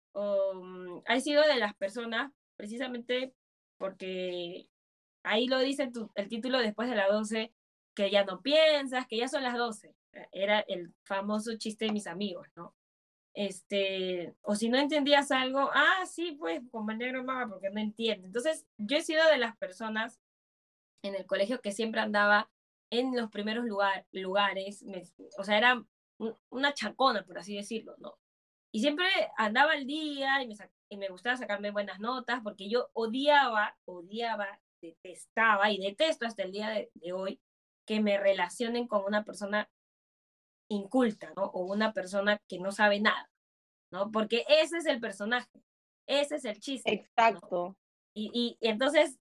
he sido de las personas, precisamente porque ahí lo dice el título después de las 12, que ya no piensas, que ya son las 12. Era el famoso chiste de mis amigos, ¿no? O si no entendías algo, sí, pues, como el negro mama, porque no entiende. Entonces, yo he sido de las personas en el colegio que siempre andaba en los primeros lugares, o sea, era una chacona, por así decirlo, ¿no? Y siempre andaba al día y me gustaba sacarme buenas notas porque yo odiaba, detestaba y detesto hasta el día de hoy que me relacionen con una persona inculta, ¿no? O una persona que no sabe nada, ¿no? Porque ese es el personaje, ese es el chiste, ¿no? Exacto. Y entonces,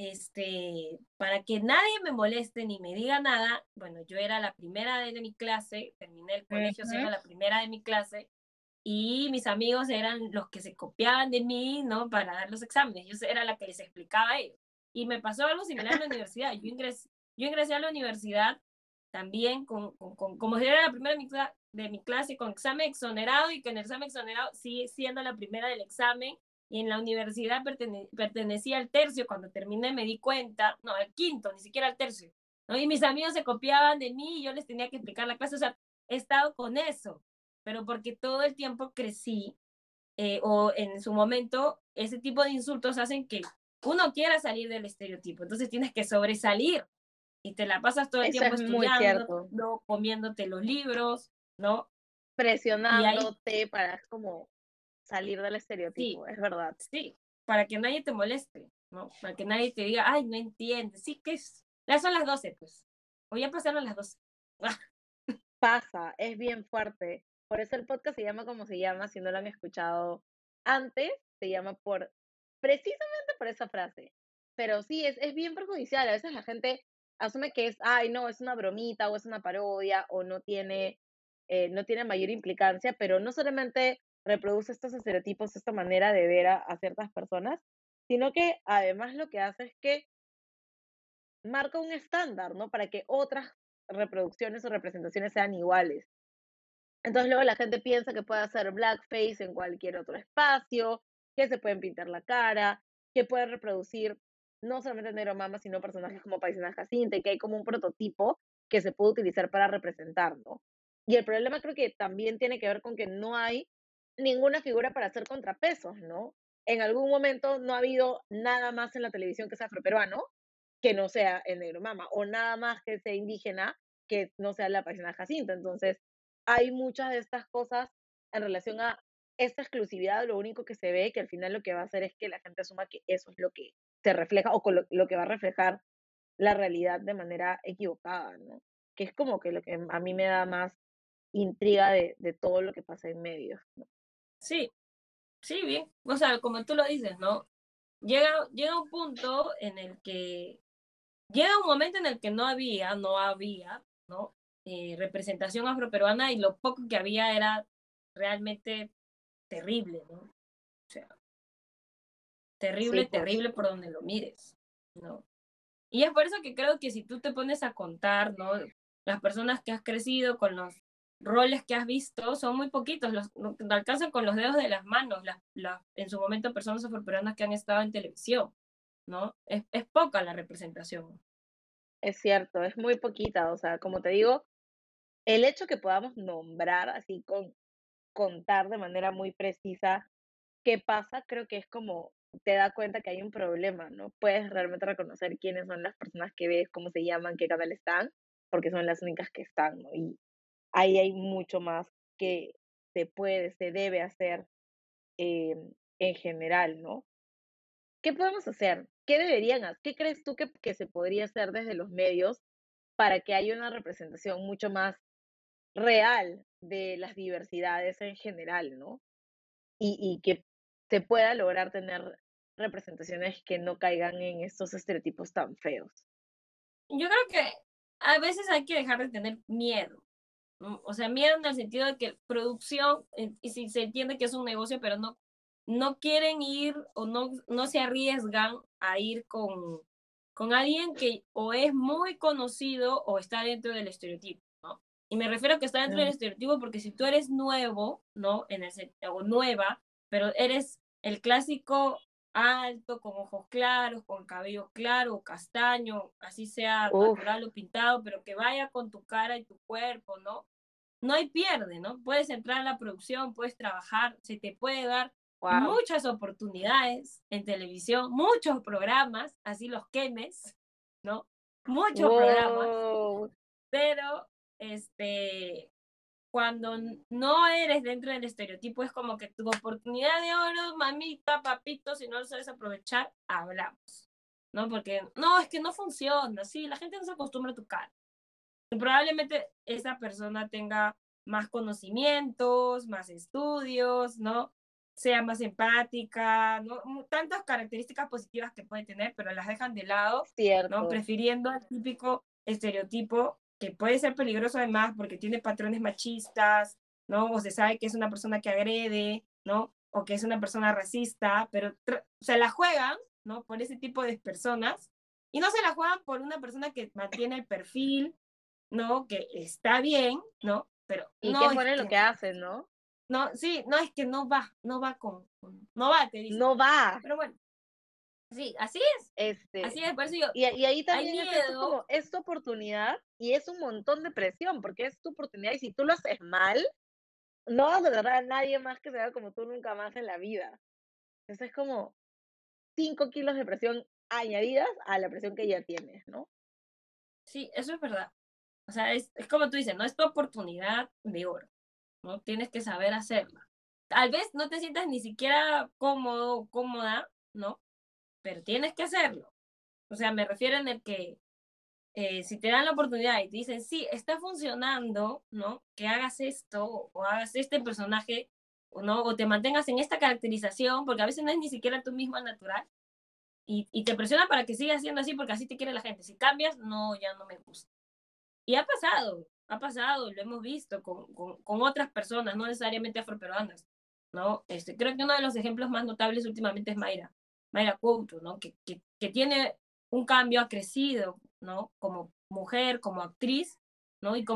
para que nadie me moleste ni me diga nada, bueno, yo era la primera de mi clase, terminé el colegio Ujú. siendo la primera de mi clase, y mis amigos eran los que se copiaban de mí, ¿no? Para dar los exámenes. Yo era la que les explicaba a ellos. Y me pasó algo similar en la universidad. Yo ingresé a la universidad también como si era la primera de mi clase con examen exonerado y que en el examen exonerado sigue siendo la primera del examen y en la universidad pertenecía al tercio. Cuando terminé me di cuenta, no, al quinto, ni siquiera al tercio, ¿no? Y mis amigos se copiaban de mí y yo les tenía que explicar la clase. O sea, he estado con eso, pero porque todo el tiempo crecí, o en su momento ese tipo de insultos hacen que uno quiera salir del estereotipo, entonces tienes que sobresalir y te la pasas todo el Eso tiempo es muy estudiando, cierto. comiéndote los libros, ¿no? Y ahí Presionándote para como salir del sí, estereotipo, es verdad. sí, para que nadie te moleste, ¿no? Para que nadie te diga, ay, no entiendes, sí que es, ya son las 12 pues, o ya pasaron las 12. Pasa, es bien fuerte. Por eso el podcast se llama como se llama, si no lo han escuchado antes, se llama precisamente por esa frase. Pero sí, es bien perjudicial. A veces la gente asume que es, ay, no, es una bromita o es una parodia o no tiene mayor implicancia, pero no solamente reproduce estos estereotipos, esta manera de ver a ciertas personas, sino que además lo que hace es que marca un estándar, ¿no? Para que otras reproducciones o representaciones sean iguales. Entonces luego la gente piensa que puede hacer blackface en cualquier otro espacio, que se pueden pintar la cara, que pueden reproducir no solamente Negro Mama, sino personajes como Paisana Jacinta, y que hay como un prototipo que se puede utilizar para representar, ¿no? Y el problema creo que también tiene que ver con que no hay ninguna figura para hacer contrapesos, ¿no? En algún momento no ha habido nada más en la televisión que sea afroperuano, que no sea el Negro Mama, o nada más que sea indígena, que no sea la Paisana Jacinta. Entonces, hay muchas de estas cosas en relación a esta exclusividad, lo único que se ve, que al final lo que va a hacer es que la gente asuma que eso es lo que se refleja o con lo que va a reflejar la realidad de manera equivocada, ¿no? Que es como que lo que a mí me da más intriga de todo lo que pasa en medios, ¿no? Sí, sí, bien. O sea, como tú lo dices, ¿no? Llega un punto en el que llega un momento en el que no había, ¿no? Representación afroperuana y lo poco que había era realmente terrible, ¿no? O sea, Sí, terrible, pues. terrible por donde lo mires, ¿no? Y es por eso que creo que si tú te pones a contar, ¿no? Las personas que has crecido con los roles que has visto son muy poquitos, no alcanzan con los dedos de las manos en su momento personas afroperuanas que han estado en televisión, ¿no? Es poca la representación. Es cierto, es muy poquita, o sea, como te digo, el hecho que podamos nombrar así contar de manera muy precisa qué pasa, creo que es como te da cuenta que hay un problema, ¿no? Puedes realmente reconocer quiénes son las personas que ves, cómo se llaman, qué canal están, porque son las únicas que están, ¿no? Y ahí hay mucho más que se debe hacer en general, ¿no? ¿Qué podemos hacer? ¿Qué crees tú que se podría hacer desde los medios para que haya una representación mucho más real de las diversidades en general, ¿no? Y que se pueda lograr tener representaciones que no caigan en estos estereotipos tan feos. Yo creo que a veces hay que dejar de tener miedo, ¿no? O sea, miedo en el sentido de que producción, y si se entiende que es un negocio, pero no quieren ir o no se arriesgan a ir con alguien que o es muy conocido o está dentro del estereotipo, ¿no? Y me refiero a que está dentro del Mm, estereotipo porque si tú eres nuevo, ¿no? O nueva, pero eres el clásico alto, con ojos claros, con cabello claro o castaño, así sea uf, natural o pintado, pero que vaya con tu cara y tu cuerpo, ¿no? no hay pierde, ¿no? Puedes entrar a la producción, puedes trabajar, se te puede dar Wow. muchas oportunidades en televisión, muchos programas, así los quemes, ¿no? Muchos programas, Wow. pero cuando no eres dentro del estereotipo, es como que tu oportunidad de oro, mamita, papito, si no lo sabes aprovechar, hablamos, ¿no? Porque no, es que no funciona, sí, la gente no se acostumbra a tu cara. Y probablemente esa persona tenga más conocimientos, más estudios, ¿no? Sea más empática, ¿no? Tantas características positivas que puede tener, pero las dejan de lado, ¿no? Cierto. Prefiriendo al típico estereotipo que puede ser peligroso además porque tiene patrones machistas, ¿no? O se sabe que es una persona que agrede, ¿no? O que es una persona racista, pero se la juegan, ¿no? Por ese tipo de personas y no se la juegan por una persona que mantiene el perfil, ¿no? Que está bien, ¿no? Pero Y qué no es es bueno en lo que, que hacen, ¿no? no, sí, no es que no va no va, te dicen. No va. Pero bueno, sí, Este, así es, por eso yo, y ahí hay también es esto miedo, como, es tu oportunidad y es un montón de presión, porque es tu oportunidad y si tú lo haces mal, no vas a agarrar a nadie más que sea como tú nunca más en la vida. Eso es como 5 kilos de presión añadidas a la presión que ya tienes, ¿no? sí, eso es verdad. O sea, es como tú dices, no es tu oportunidad de oro, ¿no? Tienes que saber hacerla. Tal vez no te sientas ni siquiera cómodo o cómoda, ¿no? Pero tienes que hacerlo. O sea, me refiero en el que si te dan la oportunidad y te dicen, sí, está funcionando, ¿no? Que hagas esto o hagas este personaje, o no, o te mantengas en esta caracterización, porque a veces no es ni siquiera tú misma natural, y te presiona para que sigas siendo así porque así te quiere la gente. Si cambias, no, ya no me gusta. Y ha pasado, lo hemos visto con otras personas, no necesariamente afroperuanas, ¿no? Creo que uno de los ejemplos más notables últimamente es Mayra Couto, ¿no? Que tiene un cambio, ha crecido, ¿no? Como mujer, como actriz, ¿no? Y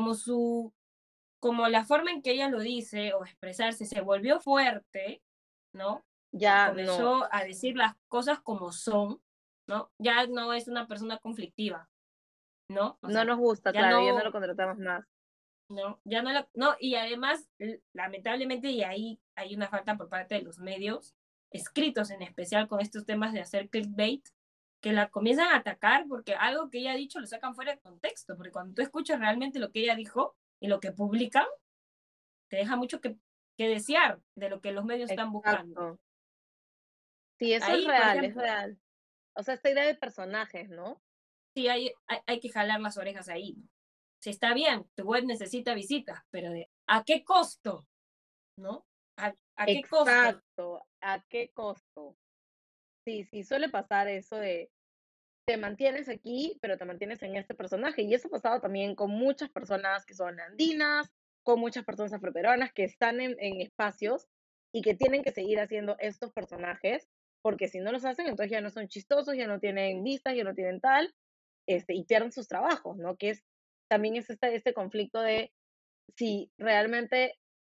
como la forma en que ella lo dice o expresarse se volvió fuerte, ¿no? Y Ya no, comenzó a decir las cosas como son, ¿no? Ya no es una persona conflictiva, ¿no? O no sea, nos gusta, ya claro, ya no lo no, contratamos más. no, ya no, no, y además, lamentablemente, y ahí hay una falta por parte de los medios, escritos en especial con estos temas de hacer clickbait, que la comienzan a atacar porque algo que ella ha dicho lo sacan fuera de contexto, porque cuando tú escuchas realmente lo que ella dijo y lo que publican, te deja mucho que desear de lo que los medios están buscando. Exacto. Sí, eso es Ahí, por real, es ejemplo, real. O sea, esta idea de personajes, ¿no? sí hay que jalar las orejas ahí. Si está bien, tu web necesita visitas, pero ¿a qué costo? ¿No? ¿A qué costo? Exacto. ¿A qué costo? Sí, sí, suele pasar eso de te mantienes aquí, pero te mantienes en este personaje. Y eso ha pasado también con muchas personas que son andinas, con muchas personas afroperuanas que están en espacios y que tienen que seguir haciendo estos personajes, porque si no los hacen, entonces ya no son chistosos, ya no tienen vistas, ya no tienen tal, y pierden sus trabajos, ¿no? Que es también es este conflicto de si realmente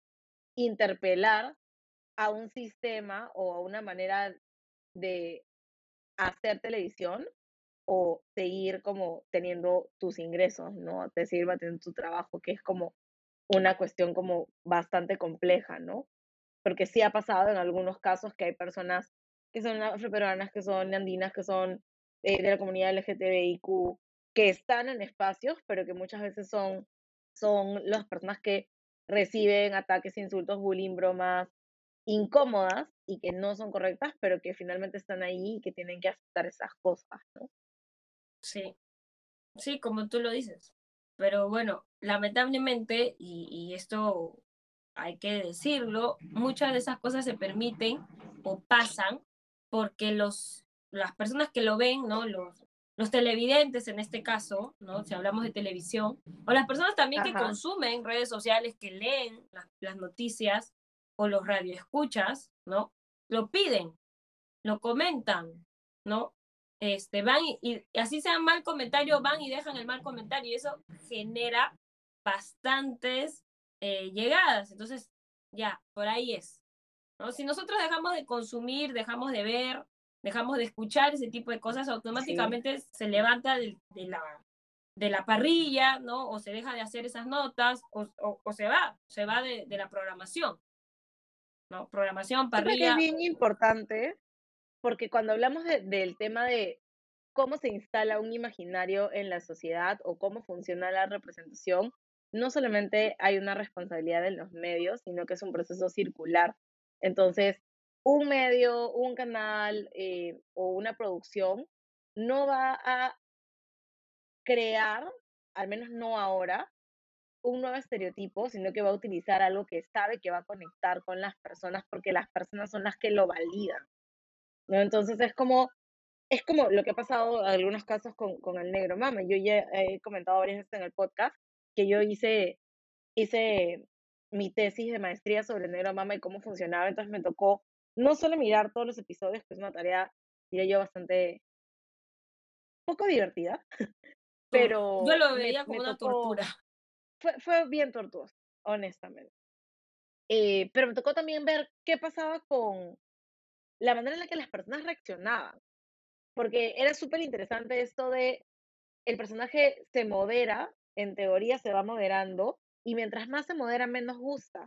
interpelar a un sistema o a una manera de hacer televisión o seguir como teniendo tus ingresos, ¿no? Te seguir manteniendo tu trabajo, que es como una cuestión como bastante compleja, ¿no? Porque sí ha pasado en algunos casos que hay personas que son afroperuanas, que son andinas, que son de la comunidad LGTBIQ, que están en espacios, pero que muchas veces son las personas que reciben ataques, insultos, bullying, bromas incómodas y que no son correctas, pero que finalmente están ahí y que tienen que aceptar esas cosas, ¿no? Sí, sí, como tú lo dices. Pero bueno, lamentablemente, y esto hay que decirlo, muchas de esas cosas se permiten o pasan porque las personas que lo ven, ¿no? Los televidentes en este caso, ¿no? Si hablamos de televisión, o las personas también que Ajá. consumen redes sociales, que leen las noticias o los radioescuchas, ¿no? Lo piden, lo comentan, ¿no? Van y así sea mal comentario, van y dejan el mal comentario y eso genera bastantes llegadas. Entonces, ya, por ahí es, ¿no? Si nosotros dejamos de consumir, dejamos de ver, dejamos de escuchar ese tipo de cosas, Sí, automáticamente se levanta de la parrilla, ¿no? O se deja de hacer esas notas, o se va de la programación, ¿no? Programación, Siempre que es parrilla. bien importante, porque cuando hablamos del tema de cómo se instala un imaginario en la sociedad o cómo funciona la representación, no solamente hay una responsabilidad en los medios, sino que es un proceso circular. Entonces, un medio, un canal o una producción no va a crear, al menos no ahora, un nuevo estereotipo, sino que va a utilizar algo que sabe que va a conectar con las personas porque las personas son las que lo validan, ¿no? Entonces es como lo que ha pasado en algunos casos con el negro mama. Yo ya he comentado varias veces en el podcast que yo hice mi tesis de maestría sobre el negro mama y cómo funcionaba, entonces me tocó no solo mirar todos los episodios, que es una tarea, diría yo, bastante poco divertida, Yo pero lo veía como me una tocó, tortura. fue bien tortuoso, honestamente. Pero me tocó también ver qué pasaba con la manera en la que las personas reaccionaban, porque era súper interesante esto de el personaje se modera, en teoría se va moderando, y mientras más se modera, menos gusta.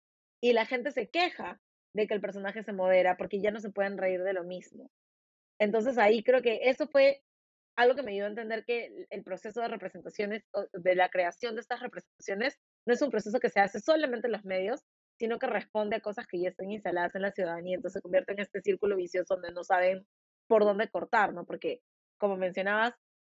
Y la gente se queja de que el personaje se modera porque ya no se pueden reír de lo mismo. Entonces ahí creo que eso fue algo que me ayudó a entender que el proceso de representaciones, de la creación de estas representaciones, no es un proceso que se hace solamente en los medios, sino que responde a cosas que ya están instaladas en la ciudadanía, entonces se convierte en este círculo vicioso donde no saben por dónde cortar, ¿no? Porque, como mencionabas,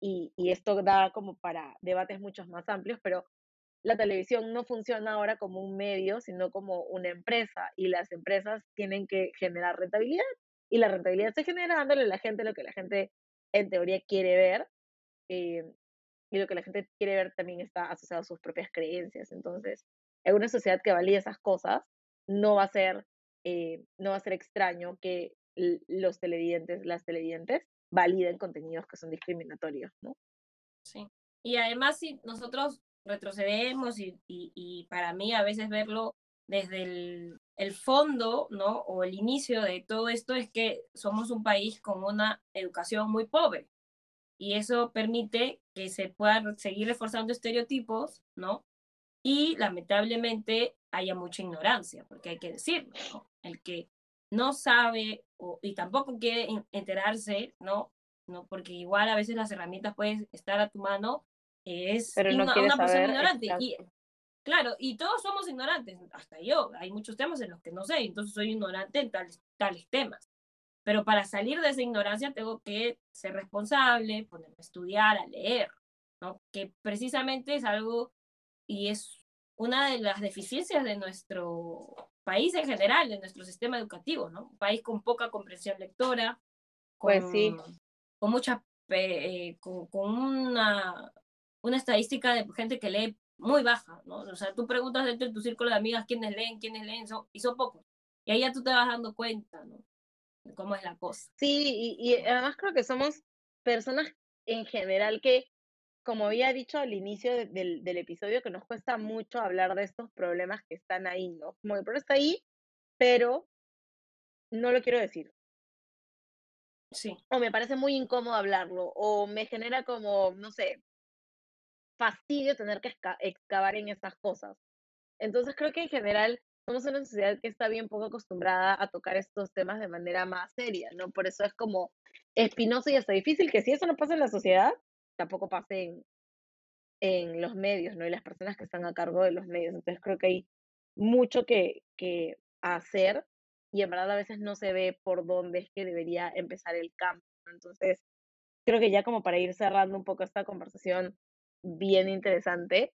y esto da como para debates muchos más amplios, pero la televisión no funciona ahora como un medio, sino como una empresa, y las empresas tienen que generar rentabilidad, y la rentabilidad se genera dándole a la gente lo que la gente en teoría quiere ver, eh, y lo que la gente quiere ver también está asociado a sus propias creencias. Entonces, en una sociedad que valida esas cosas, no va a ser, no va a ser extraño que los televidentes, las televidentes, validen contenidos que son discriminatorios, ¿no? Sí. Y además, si nosotros retrocedemos y para mí a veces verlo desde el fondo, ¿no? O el inicio de todo esto es que somos un país con una educación muy pobre y eso permite que se puedan seguir reforzando estereotipos, ¿no? Y lamentablemente haya mucha ignorancia, porque hay que decirlo, ¿no? El que no sabe y tampoco quiere enterarse, ¿no? ¿no? Porque igual a veces las herramientas pueden estar a tu mano, es Pero no quiere una persona saber ignorante. Y exacto. claro, y todos somos ignorantes, hasta yo. Hay muchos temas en los que no sé, entonces soy ignorante en tales temas. Pero para salir de esa ignorancia tengo que ser responsable, ponerme a estudiar, a leer, ¿no? Que precisamente es algo y es una de las deficiencias de nuestro país en general, de nuestro sistema educativo, ¿no? Un país con poca comprensión lectora, Pues con, sí, con mucha, con una estadística de gente que lee muy baja, ¿no? O sea, tú preguntas dentro de tu círculo de amigas quiénes leen, y son pocos. Y ahí ya tú te vas dando cuenta, ¿no? De cómo es la cosa. sí, y además creo que somos personas en general que, como había dicho al inicio del episodio, que nos cuesta mucho hablar de estos problemas que están ahí, ¿no? Como que el problema está ahí, pero no lo quiero decir. Sí. O me parece muy incómodo hablarlo, o me genera como, no sé, fastidio tener que excavar en esas cosas. Entonces creo que en general somos una sociedad que está bien poco acostumbrada a tocar estos temas de manera más seria, ¿no? Por eso es como espinoso y hasta difícil que si eso no pasa en la sociedad, tampoco pase en los medios, ¿no? Y las personas que están a cargo de los medios. Entonces creo que hay mucho que hacer y en verdad a veces no se ve por dónde es que debería empezar el cambio, ¿no? Entonces creo que ya como para ir cerrando un poco esta conversación bien interesante,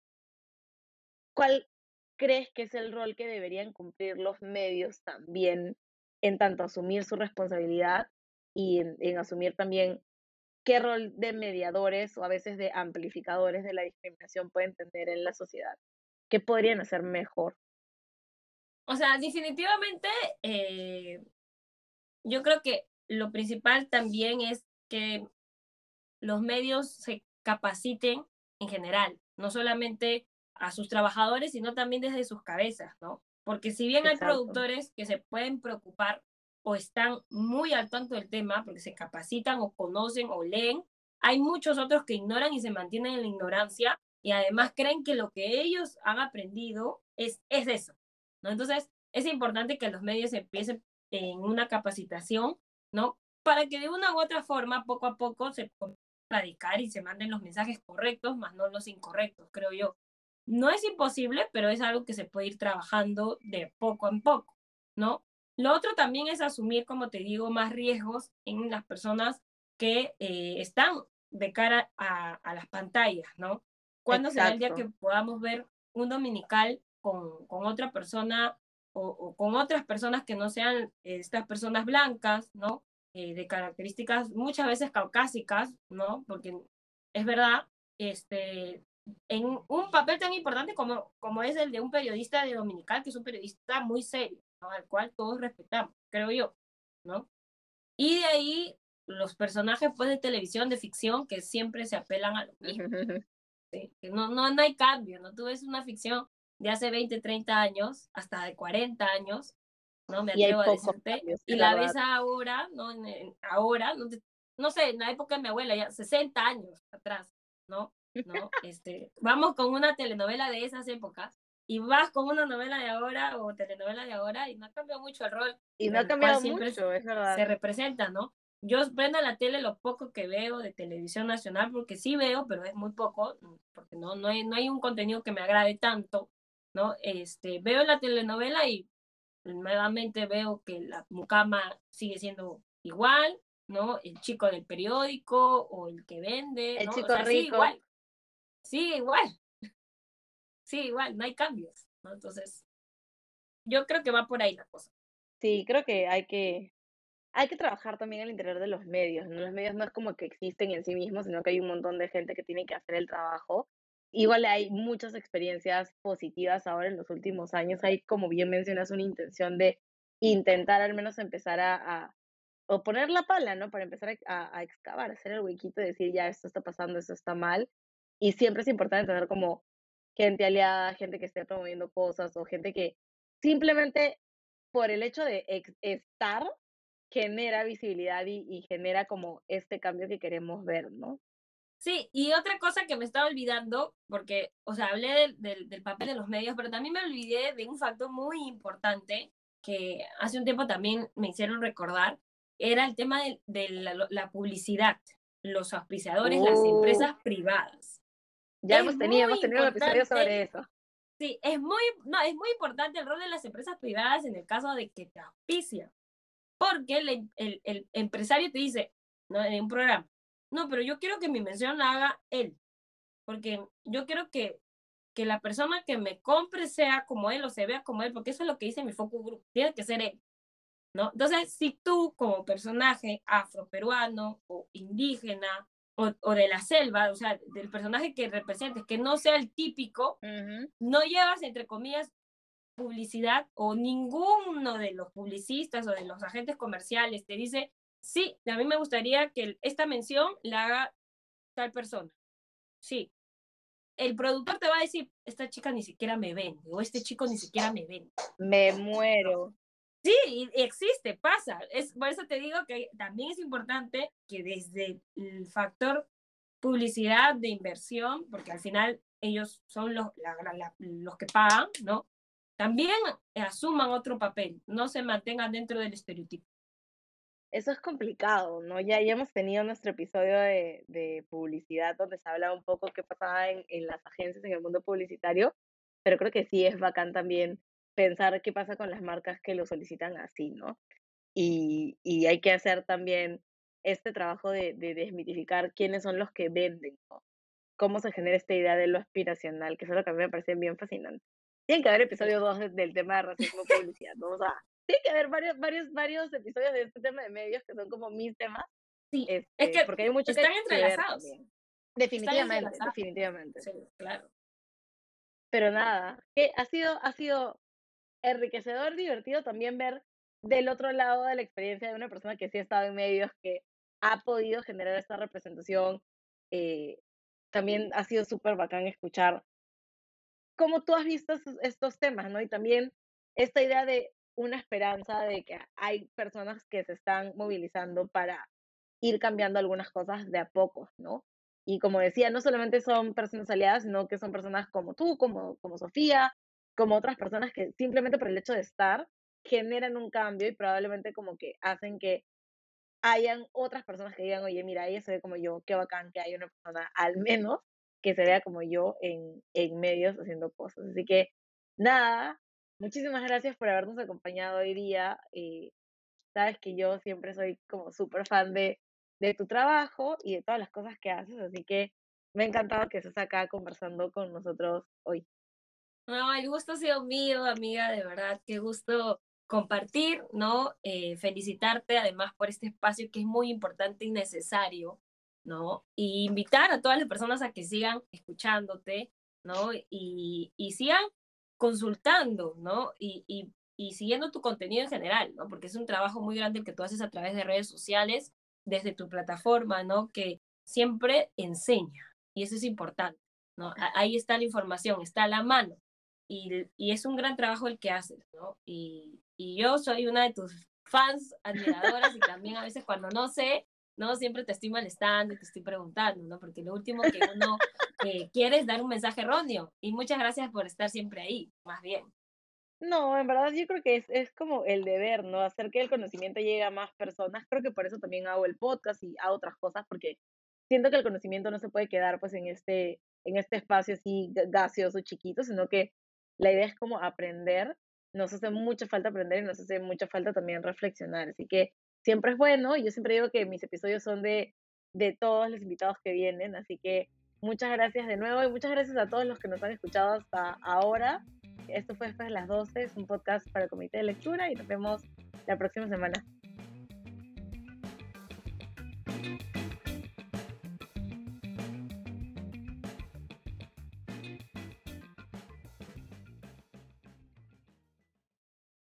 ¿cuál crees que es el rol que deberían cumplir los medios también en tanto asumir su responsabilidad y en asumir también qué rol de mediadores o a veces de amplificadores de la discriminación pueden tener en la sociedad? ¿Qué podrían hacer mejor? O sea, definitivamente, yo creo que lo principal también es que los medios se capaciten en general, no solamente a sus trabajadores, sino también desde sus cabezas, ¿no? Porque si bien hay Exacto. productores que se pueden preocupar o están muy al tanto del tema, porque se capacitan o conocen o leen, hay muchos otros que ignoran y se mantienen en la ignorancia y además creen que lo que ellos han aprendido es eso, ¿no? Entonces, es importante que los medios empiecen en una capacitación, ¿no? Para que de una u otra forma, poco a poco, se radicar y se manden los mensajes correctos, más no los incorrectos, creo yo. No es imposible, pero es algo que se puede ir trabajando de poco en poco, ¿no? Lo otro también es asumir, como te digo, más riesgos en las personas que están de cara a las pantallas, ¿no? ¿Cuándo será el día Exacto. que podamos ver un dominical con otra persona o con otras personas que no sean estas personas blancas, ¿no? De características muchas veces caucásicas, ¿no? Porque es verdad, en un papel tan importante como es el de un periodista de Dominical, que es un periodista muy serio, ¿no? Al cual todos respetamos, creo yo, ¿no? Y de ahí los personajes pues, de televisión, de ficción, que siempre se apelan a lo mismo, ¿sí? Que no hay cambio, ¿no? Tú ves una ficción de hace 20, 30 años, hasta de 40 años, ¿no? Me Y hay atrevo a pocos decirte, cambios, y es la verdad. ves ahora, ¿no? Ahora, no sé, en la época de mi abuela, ya 60 años atrás, ¿no? ¿No? Vamos con una telenovela de esas épocas y vas con una novela de ahora o telenovela de ahora y no ha cambiado mucho el rol Y no ha en el cual cambiado siempre mucho, es se verdad. representa, ¿no? Yo prendo la tele lo poco que veo de televisión nacional, porque sí veo, pero es muy poco, porque no hay un contenido que me agrade tanto, ¿no? Veo la telenovela y nuevamente veo que la mucama sigue siendo igual, ¿no? El chico del periódico o el que vende, El ¿no? O chico sea, rico, sigue igual, sigue igual, no hay cambios, ¿no? Entonces, yo creo que va por ahí la cosa. sí, creo que hay que trabajar también al interior de los medios, ¿no? Los medios no es como que existen en sí mismos, sino que hay un montón de gente que tiene que hacer el trabajo. Igual hay muchas experiencias positivas ahora en los últimos años. Hay, como bien mencionas, una intención de intentar al menos empezar o poner la pala, ¿no? Para empezar a excavar, hacer el huequito y decir, ya, esto está pasando, esto está mal. Y siempre es importante tener como gente aliada, gente que esté promoviendo cosas o gente que simplemente por el hecho de estar genera visibilidad y genera como este cambio que queremos ver, ¿no? Sí, y otra cosa que me estaba olvidando, porque, o sea, hablé del papel de los medios, pero también me olvidé de un factor muy importante que hace un tiempo también me hicieron recordar, era el tema de la publicidad, los auspiciadores, las Uh, empresas privadas. ya Es hemos muy tenido un episodio importante, sobre eso. sí, no, es muy importante el rol de las empresas privadas en el caso de que te auspician, porque el empresario te dice, ¿no? En un programa, no, pero yo quiero que mi mención la haga él, porque yo quiero que la persona que me compre sea como él o se vea como él, porque eso es lo que dice mi focus group, tiene que ser él, ¿no? Entonces, si tú como personaje afroperuano o indígena o de la selva, o sea, del personaje que representes, que no sea el típico, Ujú. no llevas, entre comillas, publicidad o ninguno de los publicistas o de los agentes comerciales te dice, sí, a mí me gustaría que esta mención la haga tal persona. Sí, el productor te va a decir, esta chica ni siquiera me vende o este chico ni siquiera me vende. Me No. muero. Sí, y existe, pasa. Por eso te digo que también es importante que desde el factor publicidad de inversión, porque al final ellos son los que pagan, ¿no? También asuman otro papel, no se mantengan dentro del estereotipo. Eso es complicado, ¿no? Ya hemos tenido nuestro episodio de publicidad donde se habla un poco qué pasaba en las agencias, en el mundo publicitario, pero creo que sí es bacán también pensar qué pasa con las marcas que lo solicitan así, ¿no? Y hay que hacer también este trabajo de desmitificar quiénes son los que venden, ¿no? Cómo se genera esta idea de lo aspiracional, que eso es lo que a mí me parece bien fascinante. Tiene que haber Sí. episodio 2 del tema de racismo publicidad, ¿no? O sea, tiene que haber varios episodios de este tema de medios que son como mis temas, Sí, es que porque hay mucho están que ver entrelazados, también. están Definitivamente, entrelazados. definitivamente. Sí, claro. Pero nada, que ha sido enriquecedor, divertido también ver del otro lado de la experiencia de una persona que sí ha estado en medios, que ha podido generar esta representación. eh, También ha sido súper bacán escuchar cómo tú has visto estos temas, ¿no? Y también esta idea de una esperanza de que hay personas que se están movilizando para ir cambiando algunas cosas de a poco, ¿no? Y como decía, no solamente son personas aliadas, sino que son personas como tú, como Sofía, como otras personas que simplemente por el hecho de estar generan un cambio y probablemente como que hacen que hayan otras personas que digan, oye, mira, ella se ve como yo, qué bacán que haya una persona, al menos, que se vea como yo en medios haciendo cosas. Así que, nada, muchísimas gracias por habernos acompañado hoy día. Sabes que yo siempre soy como súper fan de tu trabajo y de todas las cosas que haces, así que me ha encantado que estés acá conversando con nosotros hoy. No, el gusto ha sido mío, amiga, de verdad, qué gusto compartir, ¿no? Felicitarte además por este espacio que es muy importante y necesario, ¿no? Y invitar a todas las personas a que sigan escuchándote, ¿no? Y sigan consultando, ¿no? Y siguiendo tu contenido en general, ¿no? Porque es un trabajo muy grande el que tú haces a través de redes sociales, desde tu plataforma, ¿no? Que siempre enseña, y eso es importante, ¿no? Ahí está la información, está a la mano y es un gran trabajo el que haces, ¿no? Y yo soy una de tus fans, admiradoras, y también a veces cuando no sé, ¿no? Siempre te estoy molestando y te estoy preguntando, ¿no? Porque lo último que uno quiere es dar un mensaje erróneo. Y muchas gracias por estar siempre ahí, más bien. No, en verdad yo creo que es como el deber, ¿no? Hacer que el conocimiento llegue a más personas. Creo que por eso también hago el podcast y hago otras cosas, porque siento que el conocimiento no se puede quedar pues en este espacio así gaseoso, chiquito, sino que la idea es como aprender. Nos hace mucha falta aprender y nos hace mucha falta también reflexionar. Así que siempre es bueno. Yo siempre digo que mis episodios son de todos los invitados que vienen. Así que muchas gracias de nuevo y muchas gracias a todos los que nos han escuchado hasta ahora. Esto fue Después de las 12, es un podcast para el comité de lectura y nos vemos la próxima semana.